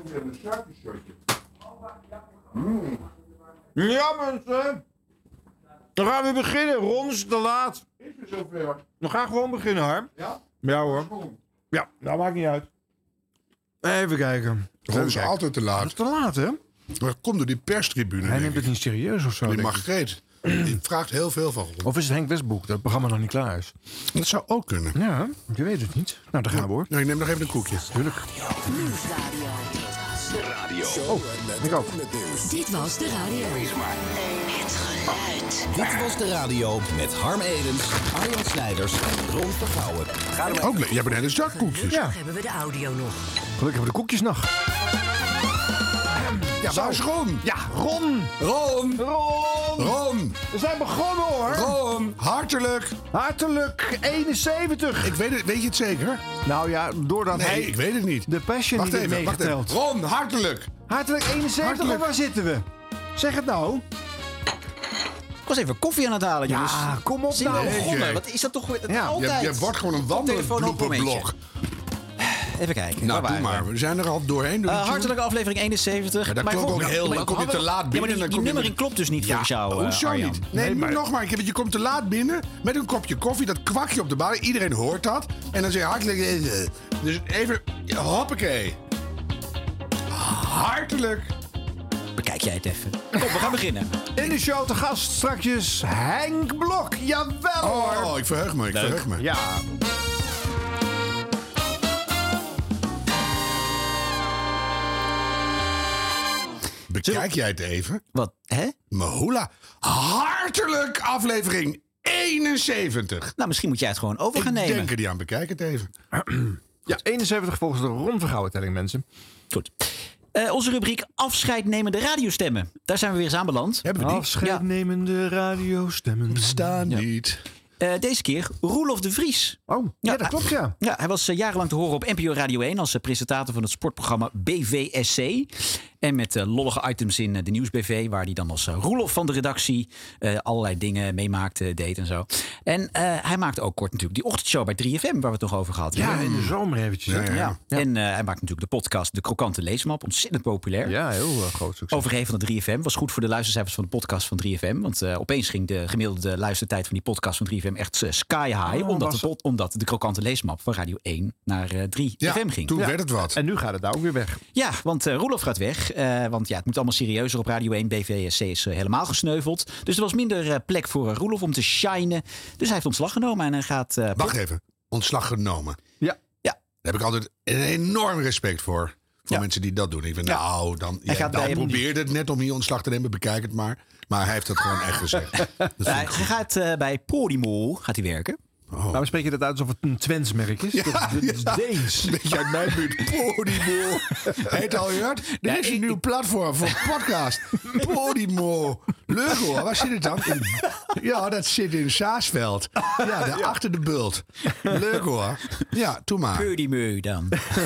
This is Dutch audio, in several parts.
weer een suikershotje. Ja, mensen. Dan gaan we beginnen. Ron is te laat. Is er zover? We gaan gewoon beginnen, hoor. Ja? Ja, hoor. Ja, dat maakt niet uit. Even kijken. Ron is altijd te Dat laat. is te laat, hè? Maar komt door die perstribune. Hij denk neemt ik. het niet serieus of zo. Die denk ik. Margreet. Die vraagt heel veel van Ron. Of is het Henk Westbroek, dat het programma nog niet klaar is? Dat zou ook kunnen. Ja, je weet het niet. Nou, daar gaan we, hoor. Nou, ik neem nog even een koekje. Tuurlijk. Nieuwsradio. Ik ook. Dit was de radio. Het geluid. Dit was de radio met Harm Edens, Arjan Snijders en Ron Vergouwen. Ga er maar. Ook leuk. Je hebt een hele zak koekjes. Ja. Dan hebben we de audio nog. Gelukkig hebben we de koekjes nog. Ja, waar is Ron? Ja, Ron. Ron! Ron. Ron! We zijn begonnen, hoor. Ron! Hartelijk! Hartelijk 71. Weet je het zeker? Nou ja, doordat Nee, hij ik weet het niet. de Passion Wacht niet heeft even, wacht even. meegeteld. Ron, hartelijk! Hartelijk 71, Hartelijk. of waar zitten we? Zeg het nou. Ik was even koffie aan het halen, jongens. Ja, kom op Zijn we nou. begonnen? Jeetje. Wat is dat toch weer Ja, altijd? Je wordt gewoon een wandelend Telefoon op blooperblok. Even kijken. Nou, waar doe waren maar. we? We zijn er al doorheen. Door die tune. Hartelijke aflevering 71. Ja, dat Maar klonk ik ook vond- heel... maar Dan kom je hadden te we- laat Ja, maar binnen. die dan kom je nummering klopt dus niet volgens jou, hoezo Arjan. niet? Nee, maar- nog maar. Je komt te laat binnen met een kopje koffie. Dat kwakje op de bar. Iedereen hoort dat. En dan zeg je hartelijk... Dus even... Hoppakee. Hartelijk. Bekijk jij het even. Kom, we gaan beginnen. In de show te gast strakjes Henk Blok. Jawel, hoor. Oh, ik verheug me. Ik verheug me. Ja. Bekijk jij het even? Wat, hè? Mahula. Hartelijk aflevering 71. Nou, misschien moet jij het gewoon over Ik gaan nemen. denk er die aan. Bekijk het even. Ja, 71 volgens de Ron Vergouwen-telling, mensen. Goed. Onze rubriek afscheidnemende radiostemmen. Daar zijn we weer eens aanbeland. Hebben we die? Afscheidnemende radiostemmen. Staan niet. Deze keer Roelof de Vries. Oh, ja, dat klopt, ja. Ja, hij was jarenlang te horen op NPO Radio 1 als presentator van het sportprogramma BVSC. En met lollige items in de Nieuwsbv, waar hij dan als Roelof van de redactie allerlei dingen meemaakte, deed en zo. En hij maakte ook kort natuurlijk die ochtendshow bij 3FM, waar we het nog over gehad Ja, hebben. in de zomer eventjes. hè? Ja. En hij maakt natuurlijk de podcast De Krokante Leesmap, ontzettend populair. Ja, heel groot succes. Overigens van de 3FM. Was goed voor de luistercijfers van de podcast van 3FM. Want opeens ging de gemiddelde luistertijd van die podcast van 3FM echt sky high. Omdat de Krokante Leesmap van Radio 1 naar 3FM Ja, ging. toen werd het wat. En nu gaat het daar ook weer weg. Ja, want Roelof gaat weg. Want ja, het moet allemaal serieuzer op Radio 1. BVSC is helemaal gesneuveld. Dus er was minder plek voor Roelof om te shinen. Dus hij heeft ontslag genomen en hij gaat... Wacht even. Ontslag genomen. Ja. Ja, Daar heb ik altijd een enorm respect voor. Voor Ja. mensen die dat doen. Ik vind, Ja. nou, dan gaat bij hem- probeerde het net om hier ontslag te nemen. Bekijk het maar. Maar hij heeft het gewoon echt gezegd. Dat vind hij ik goed. gaat bij Podimo gaat hij werken. Waarom spreek je dat uit alsof het een Twents merk is? Dat is Deens. Een beetje uit mijn buurt. Podimo. Heet al gehoord? Er is een nieuw platform voor podcast. Podimo. Leuk hoor. Waar zit het dan? Ja, dat zit in Saasveld. Ja, daar achter de bult. Leuk hoor. Ja, doe maar. Podimo dan.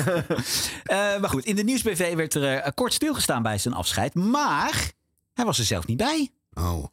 Maar goed, in de Nieuwsbv werd er kort stilgestaan bij zijn afscheid. Maar hij was er zelf niet bij. Oh.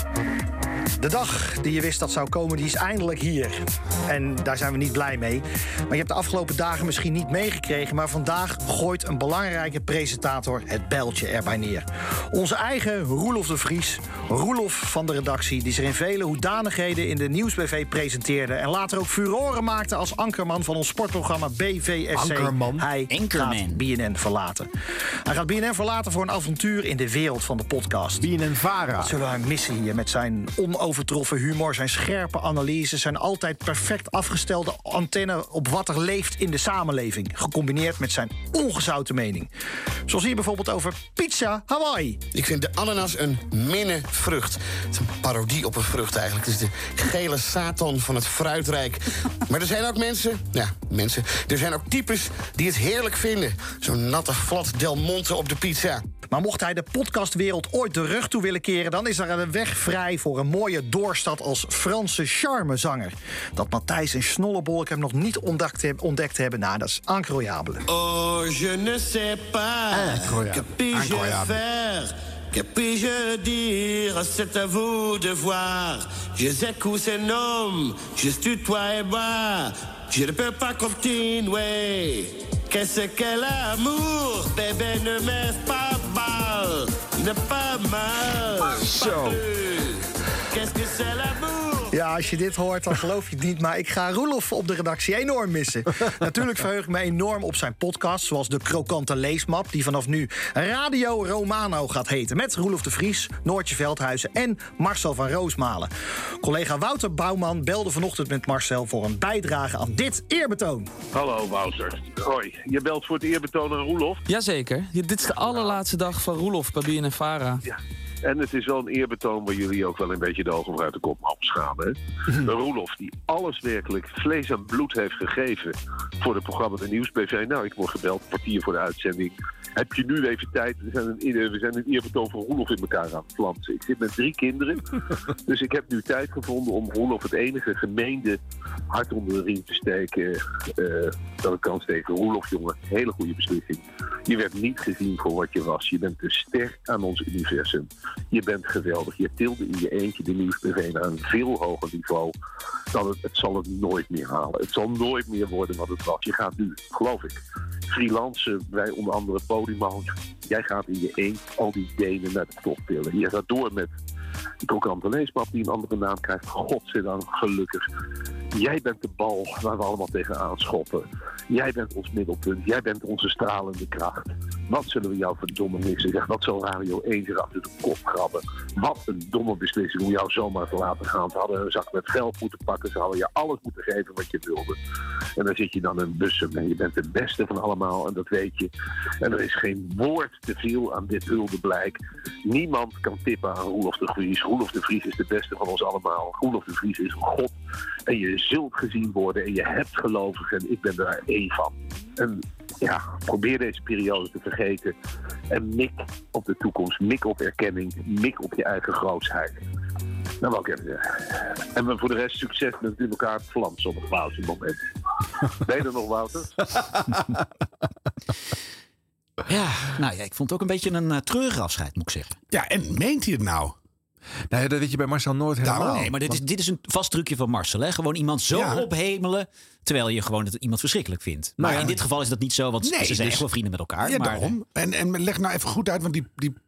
De dag die je wist dat zou komen, die is eindelijk hier. En daar zijn we niet blij mee. Maar je hebt de afgelopen dagen misschien niet meegekregen... maar vandaag gooit een belangrijke presentator het bijltje erbij neer. Onze eigen Roelof de Vries, Roelof van de redactie... die zich in vele hoedanigheden in de Nieuwsbv presenteerde... en later ook furoren maakte als ankerman van ons sportprogramma BVSC. Ankerman? Hij Anchorman. gaat BNN verlaten. Hij gaat BNN verlaten voor een avontuur in de wereld van de podcast. BNN Vara. Wat zullen we hem missen hier met zijn onovertroffen humor... zijn scherpe analyses, zijn altijd perfect afgestelde antenne... op wat er leeft in de samenleving. Gecombineerd met zijn ongezouten mening. Zoals hier bijvoorbeeld over pizza Hawaii. Ik vind de ananas een minne vrucht. Het is een parodie op een vrucht eigenlijk. Het is de gele Satan van het fruitrijk. Maar er zijn ook mensen... Er zijn ook types die het heerlijk vinden. Zo'n natte flat Del Monte op de pizza. Maar mocht hij de podcastwereld ooit de rug toe willen keren... dan is er een weg vrij voor een mooie doorstad als Franse charmezanger. Dat Matthijs en Snollebol ik hem nog niet ontdekt hebben... nou, dat is incroyable. Oh, je ne sais pas. Que puis-je faire? Que puis-je dire? C'est à vous de voir. Je sais que c'est un homme. Juste toi et moi. Je ne peux pas continuer. Qu'est-ce qu'est l'amour? Bébé, ne me pas mal. Ne pas mal. Zo. Qu'est-ce que c'est l'amour? Ja, als je dit hoort, dan geloof je het niet. Maar ik ga Roelof op de redactie enorm missen. Natuurlijk verheug ik me enorm op zijn podcast, zoals de Krokante Leesmap, die vanaf nu Radio Romano gaat heten. Met Roelof de Vries, Noortje Veldhuizen en Marcel van Roosmalen. Collega Wouter Bouwman belde vanochtend met Marcel voor een bijdrage aan dit eerbetoon. Hallo Wouter. Hoi, je belt voor het eerbetoon aan Roelof? Jazeker. Dit is de allerlaatste dag van Roelof bij BNNVARA. Ja. En het is wel een eerbetoon waar jullie ook wel een beetje de ogen uit de kop mogen schamen. Roelof, die alles werkelijk vlees en bloed heeft gegeven voor het programma De Nieuwsbv. Nou, ik word gebeld, een kwartier voor de uitzending. Heb je nu even tijd? We zijn een eerbetoon voor Roelof in elkaar aan het planten. Ik zit met 3 kinderen, dus ik heb nu tijd gevonden om Roelof het enige gemeende hart onder de riem te steken dat ik kan steken. Roelof, jongen, hele goede beslissing. Je werd niet gezien voor wat je was. Je bent te sterk aan ons universum. Je bent geweldig. Je tilde in je eentje de Nieuwsbv naar een veel hoger niveau. Het zal het nooit meer halen. Het zal nooit meer worden wat het was. Je gaat nu, geloof ik, freelancen bij onder andere Podimo. Jij gaat in je eentje al die Denen naar de top tillen. Je gaat door met de Krokante Leesmap die een andere naam krijgt. Godzijdank, gelukkig. Jij bent de bal waar we allemaal tegenaan schoppen. Jij bent ons middelpunt. Jij bent onze stralende kracht. Wat zullen we jou verdomme missen? Zeg, wat zal Radio 1 zich achter de kop krabben? Wat een domme beslissing om jou zomaar te laten gaan. Ze hadden een zak met geld moeten pakken. Ze hadden je alles moeten geven wat je wilde. En dan zit je dan in bussen. En je bent de beste van allemaal en dat weet je. En er is geen woord te veel aan dit huldeblijk. Niemand kan tippen aan Roelof de Vries. Roelof de Vries is de beste van ons allemaal. Roelof de Vries is een god. En je zult gezien worden en je hebt gelovigen. En ik ben daar één van. En ja, probeer deze periode te vergeten. En mik op de toekomst. Mik op erkenning. Mik op je eigen grootsheid. Nou, wou ik even zeggen. En voor de rest succes met in elkaar het Vlaams op het pauzemoment. Ben je er nog, Wouter? Ja, nou ja, ik vond het ook een beetje een treurig afscheid, moet ik zeggen. Ja, en meent hij het nou? Nou ja, dat weet je bij Marcel nooit helemaal. Nee, maar dit is een vast trucje van Marcel. Hè? Gewoon iemand zo ophemelen, terwijl je gewoon het iemand verschrikkelijk vindt. Maar in dit geval is dat niet zo, want ze zijn echt wel vrienden met elkaar. Ja, maar, daarom. En leg nou even goed uit, want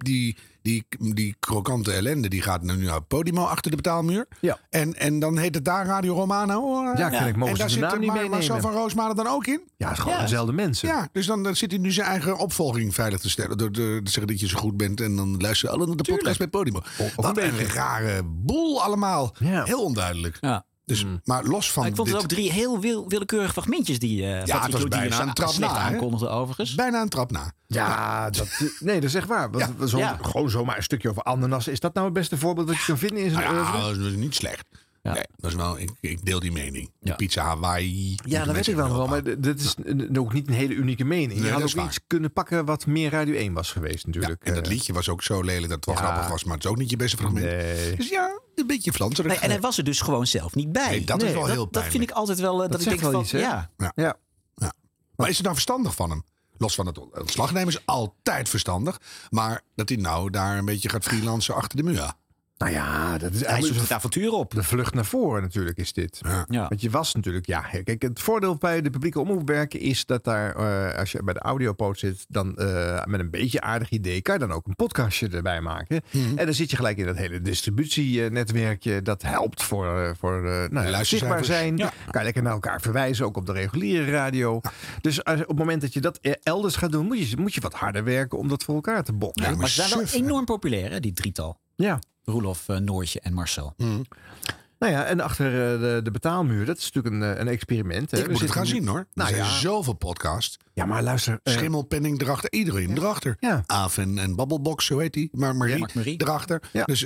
die krokante ellende die gaat nu naar Podimo achter de betaalmuur. Ja. En dan heet het daar Radio Romano. Ja, ik mogen ze de naam niet meenemen. Marcel van Roosmalen dan ook in? Ja, het is gewoon dezelfde mensen. Ja, dus dan zit hij nu zijn eigen opvolging veilig te stellen. Door te zeggen dat je zo goed bent. En dan luisteren alle naar de podcast bij Podimo. Wat een rare boel allemaal. Ja. Heel onduidelijk. Ja. Dus, maar los van ik vond het ook 3 heel willekeurige fragmentjes die het was bijna een trap na aankondigde overigens. Bijna een trap na. Ja, dat is echt waar. Gewoon zomaar een stukje over ananas. Is dat nou het beste voorbeeld dat je kan vinden in zijn oeuvre? Dat is niet slecht. Ja. Nee, dat is wel, ik deel die mening. De pizza Hawaii. Ja, dat weet ik wel. Maar dat is ook niet een hele unieke mening. Je had ook iets kunnen pakken wat meer Radio 1 was geweest natuurlijk. Ja, en dat liedje was ook zo lelijk dat het wel grappig was. Maar het is ook niet je beste fragment. Nee. Dus ja, een beetje flanserig. En hij was er dus gewoon zelf niet bij. Nee, dat is wel heel pijnlijk. Dat vind ik altijd wel... dat ik denk wel van, iets, hè? Ja. Maar is het nou verstandig van hem? Los van het ontslag nemen is altijd verstandig. Maar dat hij nou daar een beetje gaat freelancen achter de muur. Nou ja, dat is hij zoekt het avontuur op. De vlucht naar voren natuurlijk is dit. Ja. Want je was natuurlijk... Ja, kijk, het voordeel bij de publieke omroep werken is dat daar... als je bij de audiopoot zit, dan met een beetje aardig idee... kan je dan ook een podcastje erbij maken. En dan zit je gelijk in dat hele distributienetwerkje. Dat helpt voor zichtbaar zijn. Ja. Kan je lekker naar elkaar verwijzen, ook op de reguliere radio. Ja. Dus op het moment dat je dat elders gaat doen... moet je wat harder werken om dat voor elkaar te bokken. Ja, maar ze zijn wel enorm populair, hè, die drietal. Ja. Roelof, Noortje en Marcel. Nou ja, en achter de betaalmuur, dat is natuurlijk een experiment. Hè. Ik moet het gaan zien hoor. Er zijn zoveel podcasts. Ja, maar luister. Schimmelpenning erachter, iedereen erachter. Ja. Aaf en Babbelbox, zo heet die. Maar Marie erachter. Ja. Dus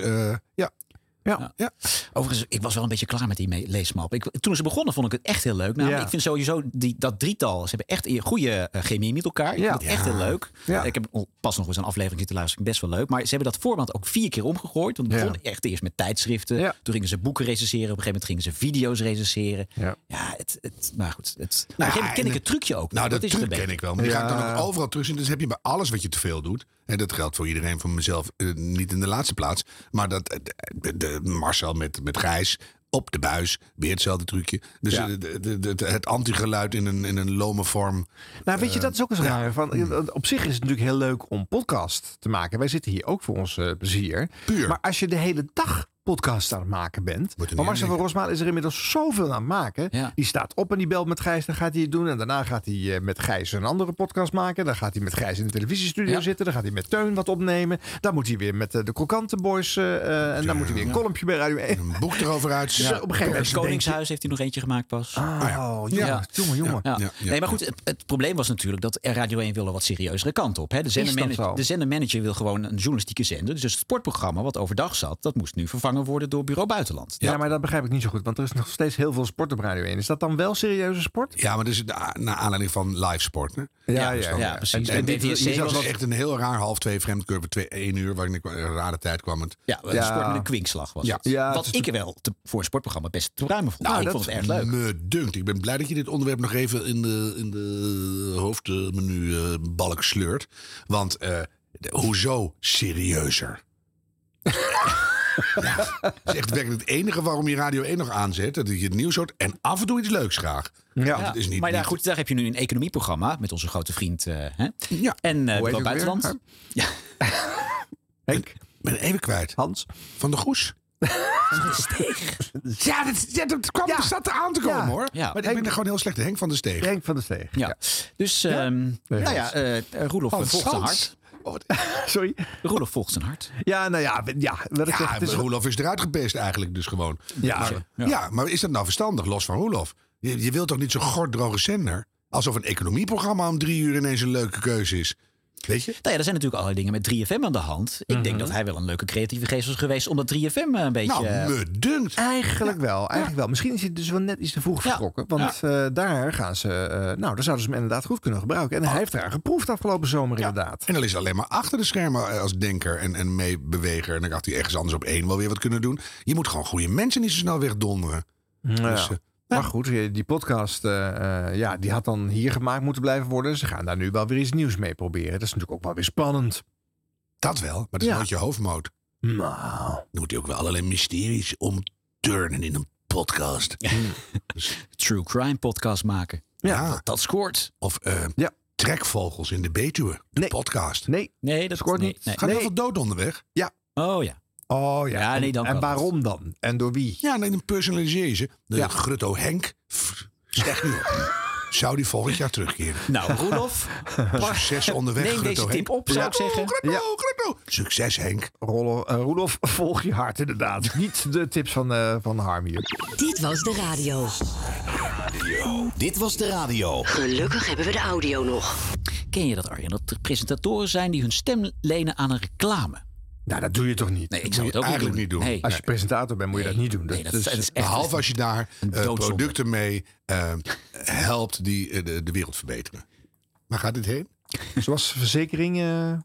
Ja. Overigens, ik was wel een beetje klaar met die leesmap. Toen ze begonnen vond ik het echt heel leuk. Ik vind sowieso dat drietal, ze hebben echt goede chemie met elkaar. Ik vind het echt heel leuk. Ja. Ik heb pas nog eens een aflevering zitten luisteren, best wel leuk. Maar ze hebben dat format ook 4 keer omgegooid. Want het begon echt eerst met tijdschriften. Ja. Toen gingen ze boeken recenseren. Op een gegeven moment gingen ze video's recenseren. Maar goed. Op een gegeven moment ken ik het trucje ook. Nou, dat truc ken ik wel. Maar je gaat dan ook overal terugzien. Dus heb je bij alles wat je te veel doet. En dat geldt voor iedereen, van mezelf niet in de laatste plaats. Maar de Marcel met Gijs, op de buis. Weer hetzelfde trucje. Dus het antigeluid in een lome vorm. Nou, weet je, dat is ook eens raar. Op zich is het natuurlijk heel leuk om podcast te maken. Wij zitten hier ook voor ons plezier. Puur. Maar als je de hele dag podcast aan het maken bent. Maar Marcel van Roosmalen is er inmiddels zoveel aan het maken. Ja. Die staat op en die belt met Gijs. Dan gaat hij het doen. En daarna gaat hij met Gijs een andere podcast maken. Dan gaat hij met Gijs in de televisiestudio zitten. Dan gaat hij met Teun wat opnemen. Dan moet hij weer met de Krokante Boys. En dan moet hij weer een kolompje bij Radio 1. Een boek erover uit. Ja. Op een gegeven moment. Het Koningshuis heeft hij nog eentje gemaakt pas. Jongen. Nee, maar goed, het probleem was natuurlijk dat Radio 1 wilde wat serieuzere kant op. Hè. De zendermanager wil gewoon een journalistieke zender. Dus het sportprogramma wat overdag zat, dat moest nu vervangen worden door Bureau Buitenland. Ja, maar dat begrijp ik niet zo goed. Want er is nog steeds heel veel sport op Radio 1. Is dat dan wel serieuze sport? Ja, maar dat is naar aanleiding van live sport. Hè? Ja, precies. En dit was echt een heel raar 1:30 vreemdcurve, 1 uur, waarin een rare tijd kwam het. Ja, een sport met een kwinkslag was het. Ja, wat ik wel voor een sportprogramma best te ruimen vond. Nou, ik vond het erg leuk. Me dunkt. Ik ben blij dat je dit onderwerp nog even in de hoofdmenu balk sleurt. Want hoezo serieuzer? Dat is echt werkelijk het enige waarom je Radio 1 nog aanzet. Dat je het nieuws hoort en af en toe iets leuks graag. Het is niet, maar goed, daar heb je nu een economieprogramma met onze grote vriend. En Bureau Buitenland. Ja. Henk. Ik ben even kwijt. Hans. Van der Goes. Van de Steeg. Dat zat er aan te komen hoor. Ja. Maar ik ben er gewoon heel slecht. Henk van der Steeg. Henk van der Steeg. Ja. Dus, Roelof volgt zijn hart. Sorry? Roelof volgt zijn hart. Ja, nou ja. Roelof is eruit gepest eigenlijk dus gewoon. Maar is dat nou verstandig, los van Roelof? Je wilt toch niet zo'n gorddroge zender? Alsof een economieprogramma om 3 uur ineens een leuke keuze is. Weet je? Nou ja, er zijn natuurlijk allerlei dingen met 3FM aan de hand. Ik denk dat hij wel een leuke creatieve geest was geweest om dat 3FM een beetje... Nou, me dunkt. Eigenlijk wel. Misschien is hij dus wel net iets te vroeg vertrokken. Want daar gaan ze... daar zouden ze hem inderdaad goed kunnen gebruiken. En hij heeft daar geproefd afgelopen zomer inderdaad. En dan is hij alleen maar achter de schermen als denker en meebeweger. En dan had hij ergens anders op 1 wel weer wat kunnen doen. Je moet gewoon goede mensen niet zo snel wegdonderen. Dus, maar goed, die podcast die had dan hier gemaakt moeten blijven worden. Ze gaan daar nu wel weer iets nieuws mee proberen. Dat is natuurlijk ook wel weer spannend. Dat wel, maar dat is nooit je hoofdmoot. Nou. Dan moet hij ook wel allerlei mysteries omturnen in een podcast. True crime podcast maken. Ja. Dat scoort. Of trekvogels in de Betuwe. De podcast. Nee, dat scoort niet. Gaat heel veel dood onderweg. Ja. Oh ja. Oh ja. En waarom dan? En door wie? Ja, dan personaliseer je ze. De Grutto Henk. Zeg nu op. Zou die volgend jaar terugkeren? Nou, Roelof. Succes onderweg, neem Grutto deze Henk. tip op, zou ik zeggen. Grutto. Succes, Henk. Roelof, volg je hart inderdaad. Niet de tips van Harm hier. Dit was de radio. Dit was de radio. Gelukkig hebben we de audio nog. Ken je dat, Arjen? Dat er presentatoren zijn die hun stem lenen aan een reclame. Nou, dat doe je toch niet? Nee, ik zou het ook eigenlijk niet doen. Nee. Als je presentator bent, moet je dat niet doen. Dat is echt behalve als je daar producten mee helpt die de wereld verbeteren. Waar gaat dit heen? Zoals verzekering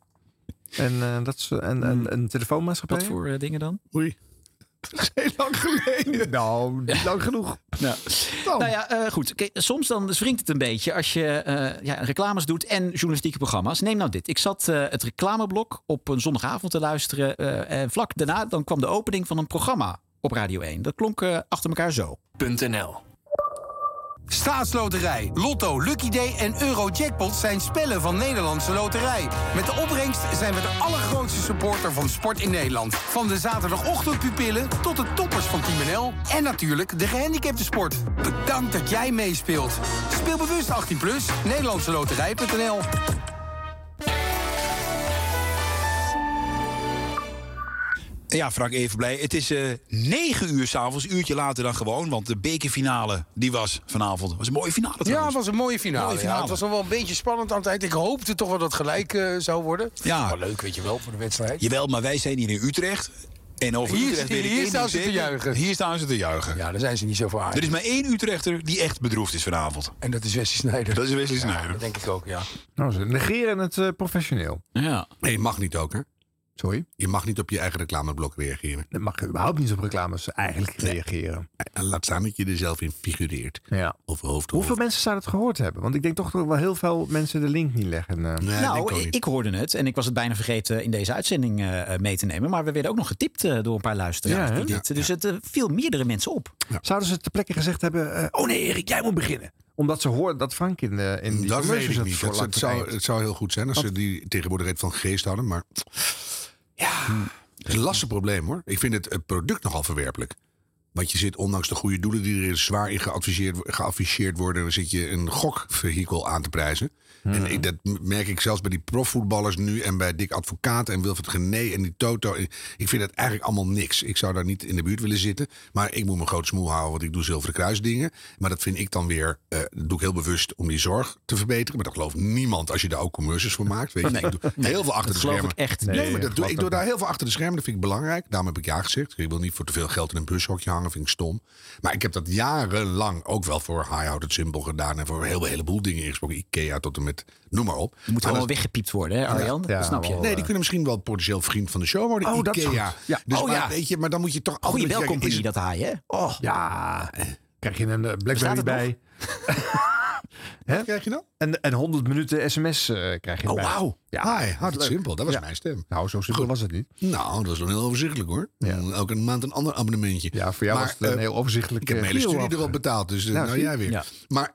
en telefoonmaatschappij. Wat voor dingen dan? Oei. Dat is heel lang geleden. Nou, niet lang genoeg. Goed. Kijk, soms dan wringt het een beetje als je reclames doet en journalistieke programma's. Neem nou dit. Ik zat het reclameblok op een zondagavond te luisteren. En vlak daarna dan kwam de opening van een programma op Radio 1. Dat klonk achter elkaar zo. .nl Staatsloterij, Lotto, Lucky Day en Eurojackpot zijn spellen van Nederlandse Loterij. Met de opbrengst zijn we de allergrootste supporter van sport in Nederland. Van de zaterdagochtendpupillen tot de toppers van Team NL. En natuurlijk de gehandicapte sport. Bedankt dat jij meespeelt. Speel bewust 18+, Nederlandseloterij.nl. Ja, Frank Evenblij. Het is 9 uur 's avonds, een uurtje later dan gewoon. Want de bekerfinale, die was vanavond. Het was een mooie finale trouwens. Ja, het was een mooie finale. Ja, het was nog wel een beetje spannend aan het eind. Ik hoopte toch wel dat het gelijk zou worden. Ja. Wel leuk, weet je wel, voor de wedstrijd. Jawel, maar wij zijn hier in Utrecht. En over Utrecht weet ik hier staan ze te juichen. Hier staan ze te juichen. Ja, daar zijn ze niet zo voor aardig. Er is maar 1 Utrechter die echt bedroefd is vanavond. En dat is Wesley Sneijder. Dat is Wesley Sneijder. Dat denk ik ook, ja. Nou, ze negeren het professioneel. Ja. Nee, mag niet ook, hè? Sorry? Je mag niet op je eigen reclameblok reageren. Je mag überhaupt niet op reclames eigenlijk reageren. En laat staan dat je er zelf in figureert. Ja. Of hoofd. Hoeveel mensen zouden het gehoord hebben? Want ik denk toch dat wel heel veel mensen de link niet leggen. Ik hoorde het en ik was het bijna vergeten in deze uitzending mee te nemen. Maar we werden ook nog getipt door een paar luisteraars. Dus het viel meerdere mensen op. Ja. Zouden ze ter plekke gezegd hebben... oh nee, Erik, jij moet beginnen. Omdat ze hoorden dat Frank in die dat weet ik niet. Het het zou heel goed zijn als ze die tegenwoordigheid van geest hadden. Maar het is een lastig probleem hoor. Ik vind het product nogal verwerpelijk. Want je zit, ondanks de goede doelen die er zwaar in geafficheerd worden... dan zit je een gokvehikel aan te prijzen. En dat merk ik zelfs bij die profvoetballers nu... en bij Dick Advocaat en Wilfried Gené en die Toto. Ik vind het eigenlijk allemaal niks. Ik zou daar niet in de buurt willen zitten. Maar ik moet mijn groot smoel houden, want ik doe Zilveren Kruis dingen. Maar dat vind ik dan weer... dat doe ik heel bewust om die zorg te verbeteren. Maar dat gelooft niemand als je daar ook commercials voor maakt. Weet je? Nee, ik doe heel veel achter de schermen. Ik echt. Nee, maar ik doe daar heel veel achter de schermen. Dat vind ik belangrijk. Daarom heb ik ja gezegd. Ik wil niet voor te veel geld in een bushokje hangen. Vind ik stom. Maar ik heb dat jarenlang ook wel voor High het Simpel gedaan. En voor een heleboel dingen ingesproken. Ikea tot en met, noem maar op. Je moet gewoon weggepiept worden, hè, Arjan? Dat snap je. Nee, die kunnen misschien wel potentieel vriend van de show worden. Oh, dat is Ikea. goed. Ja. Dus weet je, maar dan moet je toch... Goeie welkompagnie dat haai, hè? Oh. Ja, krijg je een Blackberry bij. Wat krijg je dan? En 100 minuten sms krijg je erbij. Wauw. Ja, het simpel. Dat was mijn stem. Nou, zo simpel was het niet. Nou, dat was wel heel overzichtelijk hoor. Ja. Elke maand een ander abonnementje. Ja, voor jou was het een heel overzichtelijk. Ik heb mijn hele studie erop betaald, dus jij weer. Ja. Maar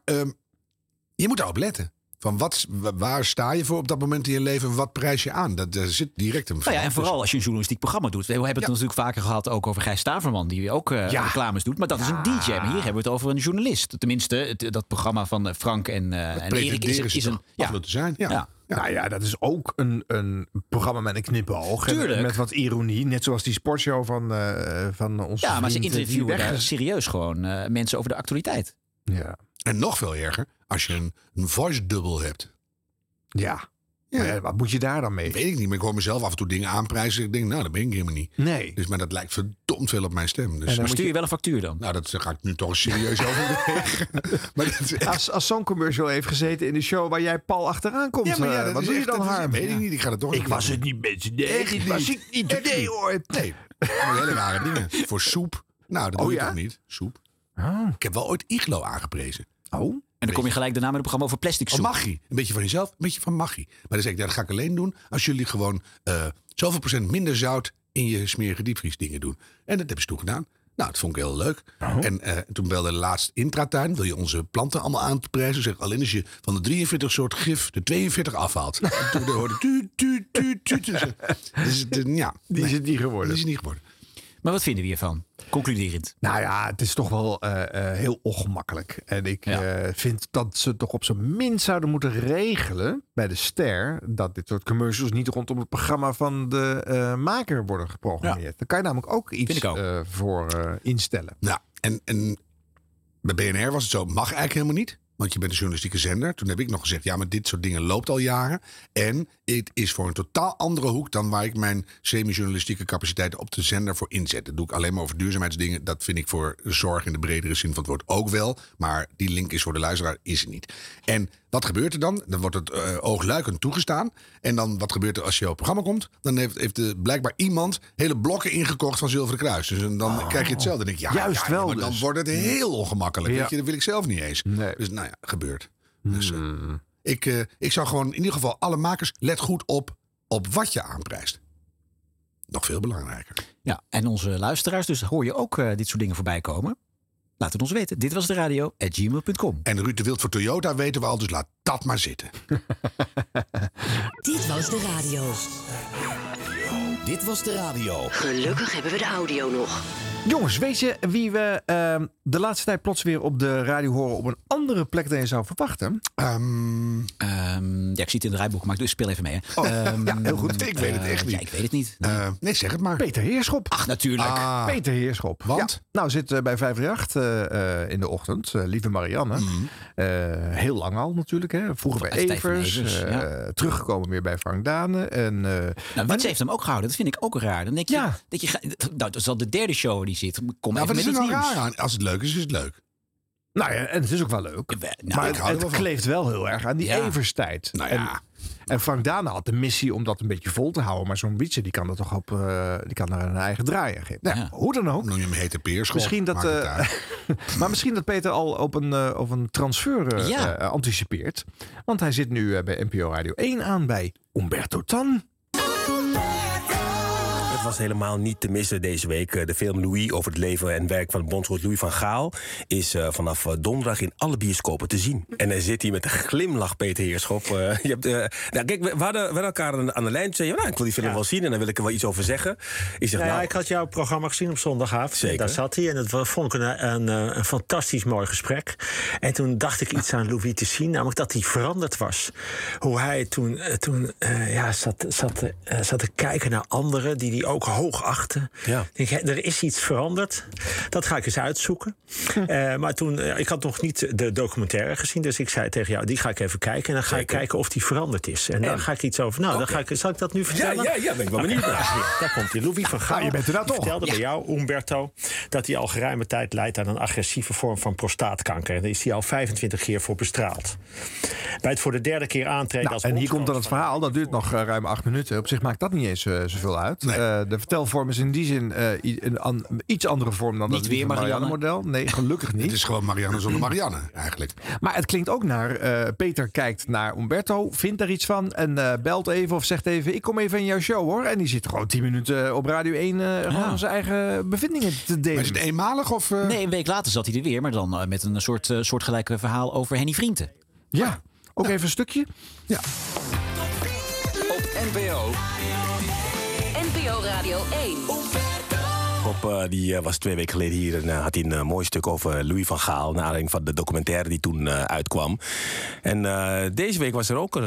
je moet daarop letten. Van waar sta je voor op dat moment in je leven en wat prijs je aan? Dat zit direct een en vooral als je een journalistiek programma doet. We hebben het natuurlijk vaker gehad ook over Gijs Staverman, die ook reclames doet. Maar dat is een DJ. Maar hier hebben we het over een journalist. Tenminste, dat programma van Frank en Erik is een... te zijn. Ja. Nou ja, dat is ook een programma met een knipoog. Met wat ironie. Net zoals die sportshow van onze maar ze interviewen daar serieus gewoon mensen over de actualiteit. Ja. En nog veel erger, als je een voice double hebt. Ja. Wat moet je daar dan mee? Weet ik niet, maar ik hoor mezelf af en toe dingen aanprijzen. Ik denk, dat ben ik helemaal niet. Nee. Dus, maar dat lijkt verdomd veel op mijn stem. Dus, maar stuur je wel een factuur dan? Nou, dat ga ik nu toch serieus overwegen. Als zo'n commercial heeft gezeten in de show waar jij Paul achteraan komt. Ja, maar wat doe je dan, Harm? Weet ik niet, ik ga het toch Ik was het niet met je. Echt was ik niet. Nee, hoor. Nee, hele rare dingen. Voor soep. Nou, dat doe je toch niet? Soep. Oh. Ik heb wel ooit Iglo aangeprezen. Oh. En dan kom je gelijk daarna met een programma over plastic soep. Magie. Een beetje van jezelf, een beetje van magie. Maar dan zeg ik, dat ga ik alleen doen als jullie gewoon zoveel procent minder zout in je smerige diepvriesdingen doen. En dat hebben ze toen gedaan. Nou, dat vond ik heel leuk. Oh. En toen belde de laatste intratuin. Wil je onze planten allemaal aanprijzen? Zeg, alleen als je van de 43 soort gif de 42 afhaalt. En toen hoorde tuut. Dus, die is het niet geworden. Die is niet geworden. Maar wat vinden we hiervan? Concluderend. Nou ja, het is toch wel heel ongemakkelijk. En ik vind dat ze toch op zijn minst zouden moeten regelen bij de Ster dat dit soort commercials niet rondom het programma van de maker worden geprogrammeerd. Ja. Daar kan je namelijk ook iets voor instellen. Ja, en bij BNR was het zo, mag eigenlijk helemaal niet. Want je bent een journalistieke zender. Toen heb ik nog gezegd, ja, maar dit soort dingen loopt al jaren. En het is voor een totaal andere hoek dan waar ik mijn semi-journalistieke capaciteiten op de zender voor inzet. Dat doe ik alleen maar over duurzaamheidsdingen. Dat vind ik voor zorg in de bredere zin van het woord ook wel. Maar die link is voor de luisteraar, is er niet. En wat gebeurt er dan? Dan wordt het oogluikend toegestaan. En dan wat gebeurt er als je op het programma komt? Dan heeft blijkbaar iemand hele blokken ingekocht van Zilveren Kruis. Dus dan krijg je hetzelfde. Dan denk ik, juist wel. Maar dan wordt het heel ongemakkelijk. Ja. Weet je, dat wil ik zelf niet eens. Nee. Dus nou ja, gebeurt. Dus, ik zou gewoon in ieder geval alle makers, let goed op wat je aanprijst. Nog veel belangrijker. Ja, en onze luisteraars, dus hoor je ook dit soort dingen voorbij komen? Laat het ons weten. Dit was de radio @gmail.com. En Ruud de Wild voor Toyota weten we al, dus laat dat maar zitten. Dit was de radio. Dit was de radio. Gelukkig hebben we de audio nog. Jongens, weet je wie we de laatste tijd plots weer op de radio horen op een andere plek dan je zou verwachten? Ja, ik zie het in het rijboek, maar ik speel even mee. Hè. Ja, heel goed. Ik weet het echt niet. Ja, ik weet het niet. Nee, zeg het maar. Peter Heerschop. Ach, natuurlijk. Peter Heerschop. Want? Ja, nou, zit bij 538 in de ochtend. Lieve Marianne. Heel lang al natuurlijk. Hè. Vroeger bij Evers. Teruggekomen weer bij Frank Dane. En, Wietse heeft hem ook gehouden. Dat vind ik ook raar. Dan denk je, dat is al de derde show die zit. Kom even met iets nieuws. Raar aan? Als het leuk is, is het leuk. Nou ja, en het is ook wel leuk. Maar het kleeft wel heel erg aan die Everstijd. Nou ja. En Frank Dane had de missie om dat een beetje vol te houden. Maar zo'n Wietse, die kan dat toch die kan daar een eigen draai aan geven. Nou, hoe dan ook. Noem je hem hete peerschop. Misschien dat, maar misschien dat Peter al op een transfer anticipeert. Want hij zit nu bij NPO Radio 1 aan bij Umberto Tan. Het was helemaal niet te missen deze week. De film Louis over het leven en werk van bondscoach Louis van Gaal is vanaf donderdag in alle bioscopen te zien. En hij zit hier met een glimlach, Peter Heerschop. Kijk, we hadden elkaar aan de lijn. Zei je, ik wil die film wel zien en dan wil ik er wel iets over zeggen. Ik zeg, ik had jouw programma gezien op zondagavond. Zeker. Daar zat hij en dat vond ik een fantastisch mooi gesprek. En toen dacht ik iets aan Louis te zien, namelijk dat hij veranderd was. Hoe hij toen zat te kijken naar anderen die ook hoog achten. Ja. Denk, er is iets veranderd. Dat ga ik eens uitzoeken. Maar toen, ik had nog niet de documentaire gezien, dus ik zei tegen jou, die ga ik even kijken. En dan ga ik kijken of die veranderd is. En dan ga ik iets over. Nou, zal ik dat nu vertellen? Ja, ben ik wel benieuwd naar. Daar komt hij. Louis van Gaal. Je bent er nou toch. Vertelde bij jou, Umberto, dat hij al geruime tijd leidt aan een agressieve vorm van prostaatkanker. En daar is hij al 25 keer voor bestraald. Bij het voor de derde keer aantreden als en hier komt dan het verhaal, dat duurt nog ruim 8 minuten. Op zich maakt dat niet eens zoveel uit. Nee. De vertelvorm is in die zin een iets andere vorm dan niet weer Marianne-model. Nee, gelukkig niet. Het is gewoon Marianne zonder Marianne, eigenlijk. Maar het klinkt ook naar Peter kijkt naar Umberto, vindt er iets van en belt even of zegt even, ik kom even in jouw show hoor. En die zit gewoon 10 minuten op Radio 1 gewoon zijn eigen bevindingen te delen. Maar is het eenmalig of? Nee, een week later zat hij er weer, maar dan met een soortgelijke verhaal over Henny Vrienden. Ja, ook even een stukje. Ja. Op NPO. NPO Radio 1. Rob die was 2 weken geleden hier en had hij een mooi stuk over Louis van Gaal, naar aanleiding van de documentaire die toen uitkwam. En deze week was er ook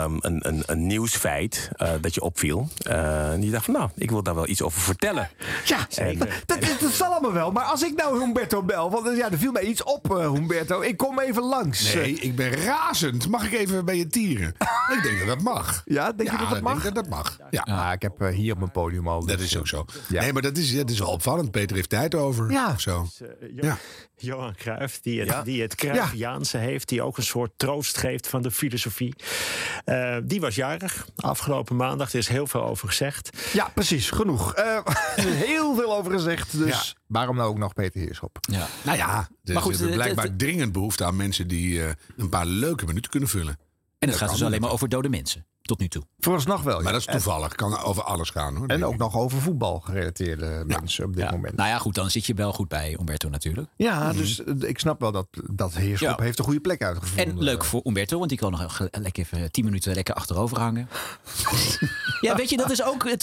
een nieuwsfeit dat je opviel. En die dacht van, ik wil daar wel iets over vertellen. Ja, dat zal allemaal wel. Maar als ik nou Humberto bel, want er viel mij iets op, Humberto. Ik kom even langs. Nee, ik ben razend. Mag ik even bij je tieren? Ik denk dat dat mag. Ja, denk je dat dat mag? Ik denk dat mag. Ja, ik heb hier op mijn podium al. Dat is ook zo. Ja. Nee, maar dat is wel opvallend. Peter heeft tijd over. Ja. Zo. Johan Cruijff, die het Cruyffiaanse heeft, die ook een soort troost geeft van de filosofie. Die was jarig afgelopen maandag. Er is heel veel over gezegd. Ja, precies. Genoeg. Heel veel over gezegd. Dus waarom nou ook nog Peter Heerschop? Ja. Nou ja, maar goed, er is blijkbaar dringend behoefte aan mensen die een paar leuke minuten kunnen vullen. En het gaat dus alleen maar over dode mensen. Tot nu toe. Vooralsnog wel. Maar dat is toevallig. Kan over alles gaan. Hoor, en ook nog over voetbal gerelateerde mensen op dit moment. Nou ja, goed. Dan zit je wel goed bij Umberto natuurlijk. Ja, dus ik snap wel dat Heerschop heeft een goede plek uitgevonden. En leuk voor Umberto, want die kan nog lekker even 10 minuten lekker achterover hangen. Ja, weet je, dat is ook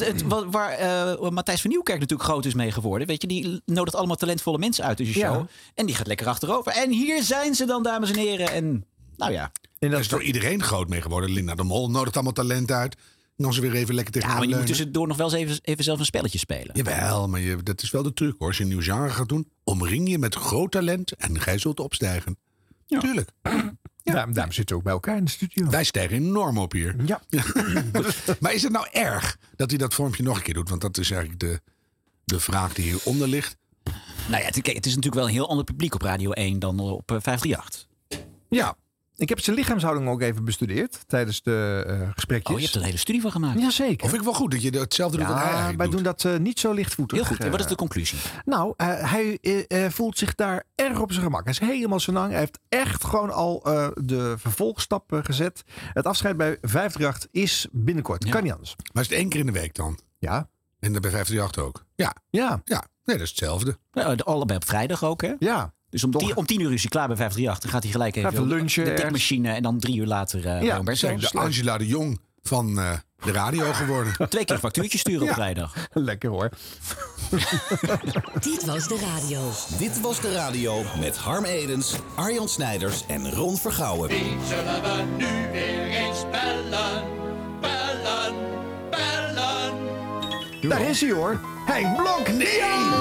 waar Matthijs van Nieuwkerk natuurlijk groot is mee geworden. Weet je, die nodigt allemaal talentvolle mensen uit in zijn show. En die gaat lekker achterover. En hier zijn ze dan, dames en heren. En nou ja. En daar is door iedereen groot mee geworden. Linda de Mol nodigt allemaal talent uit. Dan ze weer even lekker tegenaan maar je leunen. moet tussendoor nog wel eens even zelf een spelletje spelen. Jawel, maar dat is wel de truc hoor. Als je een nieuw genre gaat doen, omring je met groot talent en gij zult opstijgen. Ja. Tuurlijk. Ja, daarom zitten we ook bij elkaar in de studio. Wij stijgen enorm op hier. Ja. Maar is het nou erg dat hij dat vormpje nog een keer doet? Want dat is eigenlijk de vraag die hieronder ligt. Nou ja, het is natuurlijk wel een heel ander publiek op Radio 1 dan op 538. Ja. Ik heb zijn lichaamshouding ook even bestudeerd tijdens de gesprekjes. Oh, je hebt er een hele studie van gemaakt. Jazeker. Of ik wel goed dat je hetzelfde doet wat hij eigenlijk wij doet. doen dat niet zo lichtvoetig. Heel goed. En wat is de conclusie? Nou, hij voelt zich daar erg op zijn gemak. Hij is helemaal zo lang. Hij heeft echt gewoon al de vervolgstap gezet. Het afscheid bij 538 is binnenkort. Kan niet anders. Maar is het 1 keer in de week dan? Ja. En bij 538 ook? Ja. Nee, dat is hetzelfde. Ja, allebei op vrijdag ook, hè? Ja. Dus om 10 uur is hij klaar bij 538. Dan gaat hij gelijk even lunchen, de tikmachine en dan 3 uur later bij Umberto. Zijn de Angela de Jong van de radio geworden. 2 keer factuurtjes sturen op vrijdag. Lekker hoor. Dit was de radio. Dit was de radio met Harm Edens, Arjan Snijders en Ron Vergouwen. Wie zullen we nu weer eens bellen? Bellen, bellen. Daar is hij hoor. Henk Blok. Nee.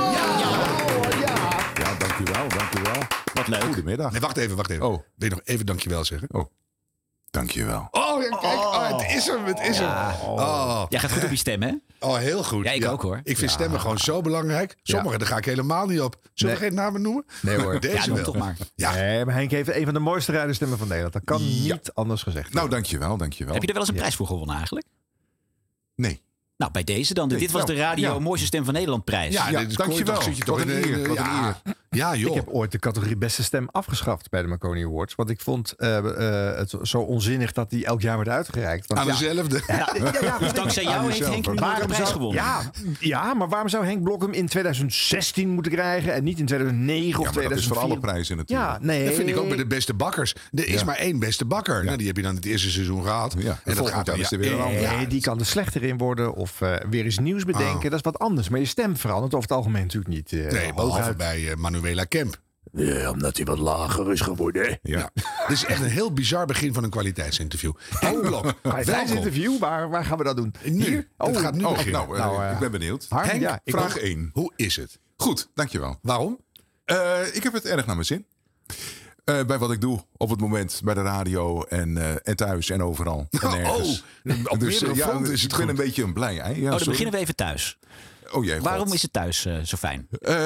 Ja, dank u wel. Wat leuk. Goedemiddag. Nee, wacht even. Oh. Wil je nog even dankjewel zeggen? Oh, dankjewel. Oh, ja, kijk. Het is hem. Ja. Jij gaat goed op je stem, hè? Oh, heel goed. Ja, ik ook hoor. Ik vind stemmen gewoon zo belangrijk. Sommige, daar ga ik helemaal niet op. Zullen we geen namen noemen? Nee hoor. Deze wel. Toch maar. Ja. Nee, maar Henk heeft een van de mooiste rijderstemmen van Nederland. Dat kan niet anders gezegd worden. Nou, dankjewel. Heb je er wel eens een prijs voor gewonnen eigenlijk? Nee. Nou, bij deze dan. Dit was de Radio Mooiste Stem van Nederland prijs. Ja, dankjewel. Wat een eer. Ja, joh. Ik heb ooit de categorie beste stem afgeschaft bij de Marconi Awards. Want ik vond het zo onzinnig dat die elk jaar werd uitgereikt. Want, aan dezelfde. Dus dankzij jou heeft Henk nooit een prijs gewonnen. Ja, maar waarom zou Henk Blok hem in 2016 moeten krijgen en niet in 2009 of 2004? Dat is voor alle prijzen natuurlijk. Ja, nee. Dat vind ik ook bij de beste bakkers. Er is maar één beste bakker. Nou, die heb je dan het eerste seizoen gehad. Ja. En dat gaat dan is er weer een ander. Nee, die kan er slechter in worden of weer eens nieuws bedenken. Dat is wat anders. Maar je stem verandert over het algemeen natuurlijk niet. Nee, behalve bij Manuela Kemp. Ja, omdat hij wat lager is geworden. Ja. Dit is echt een heel bizar begin van een kwaliteitsinterview. Henk Blok, kwaliteitsinterview? Waar gaan we dat doen? Hier? Het gaat nu beginnen. Ik ben benieuwd. Henk, vraag 1. Hoe is het? Goed, dankjewel. Waarom? Ik heb het erg naar mijn zin. Bij wat ik doe op het moment bij de radio en thuis en overal. En ergens. Op meerdere fronten is het ik ben een beetje een blij ei. Ja, dan beginnen we even thuis. Oh jee, waarom is het thuis zo fijn?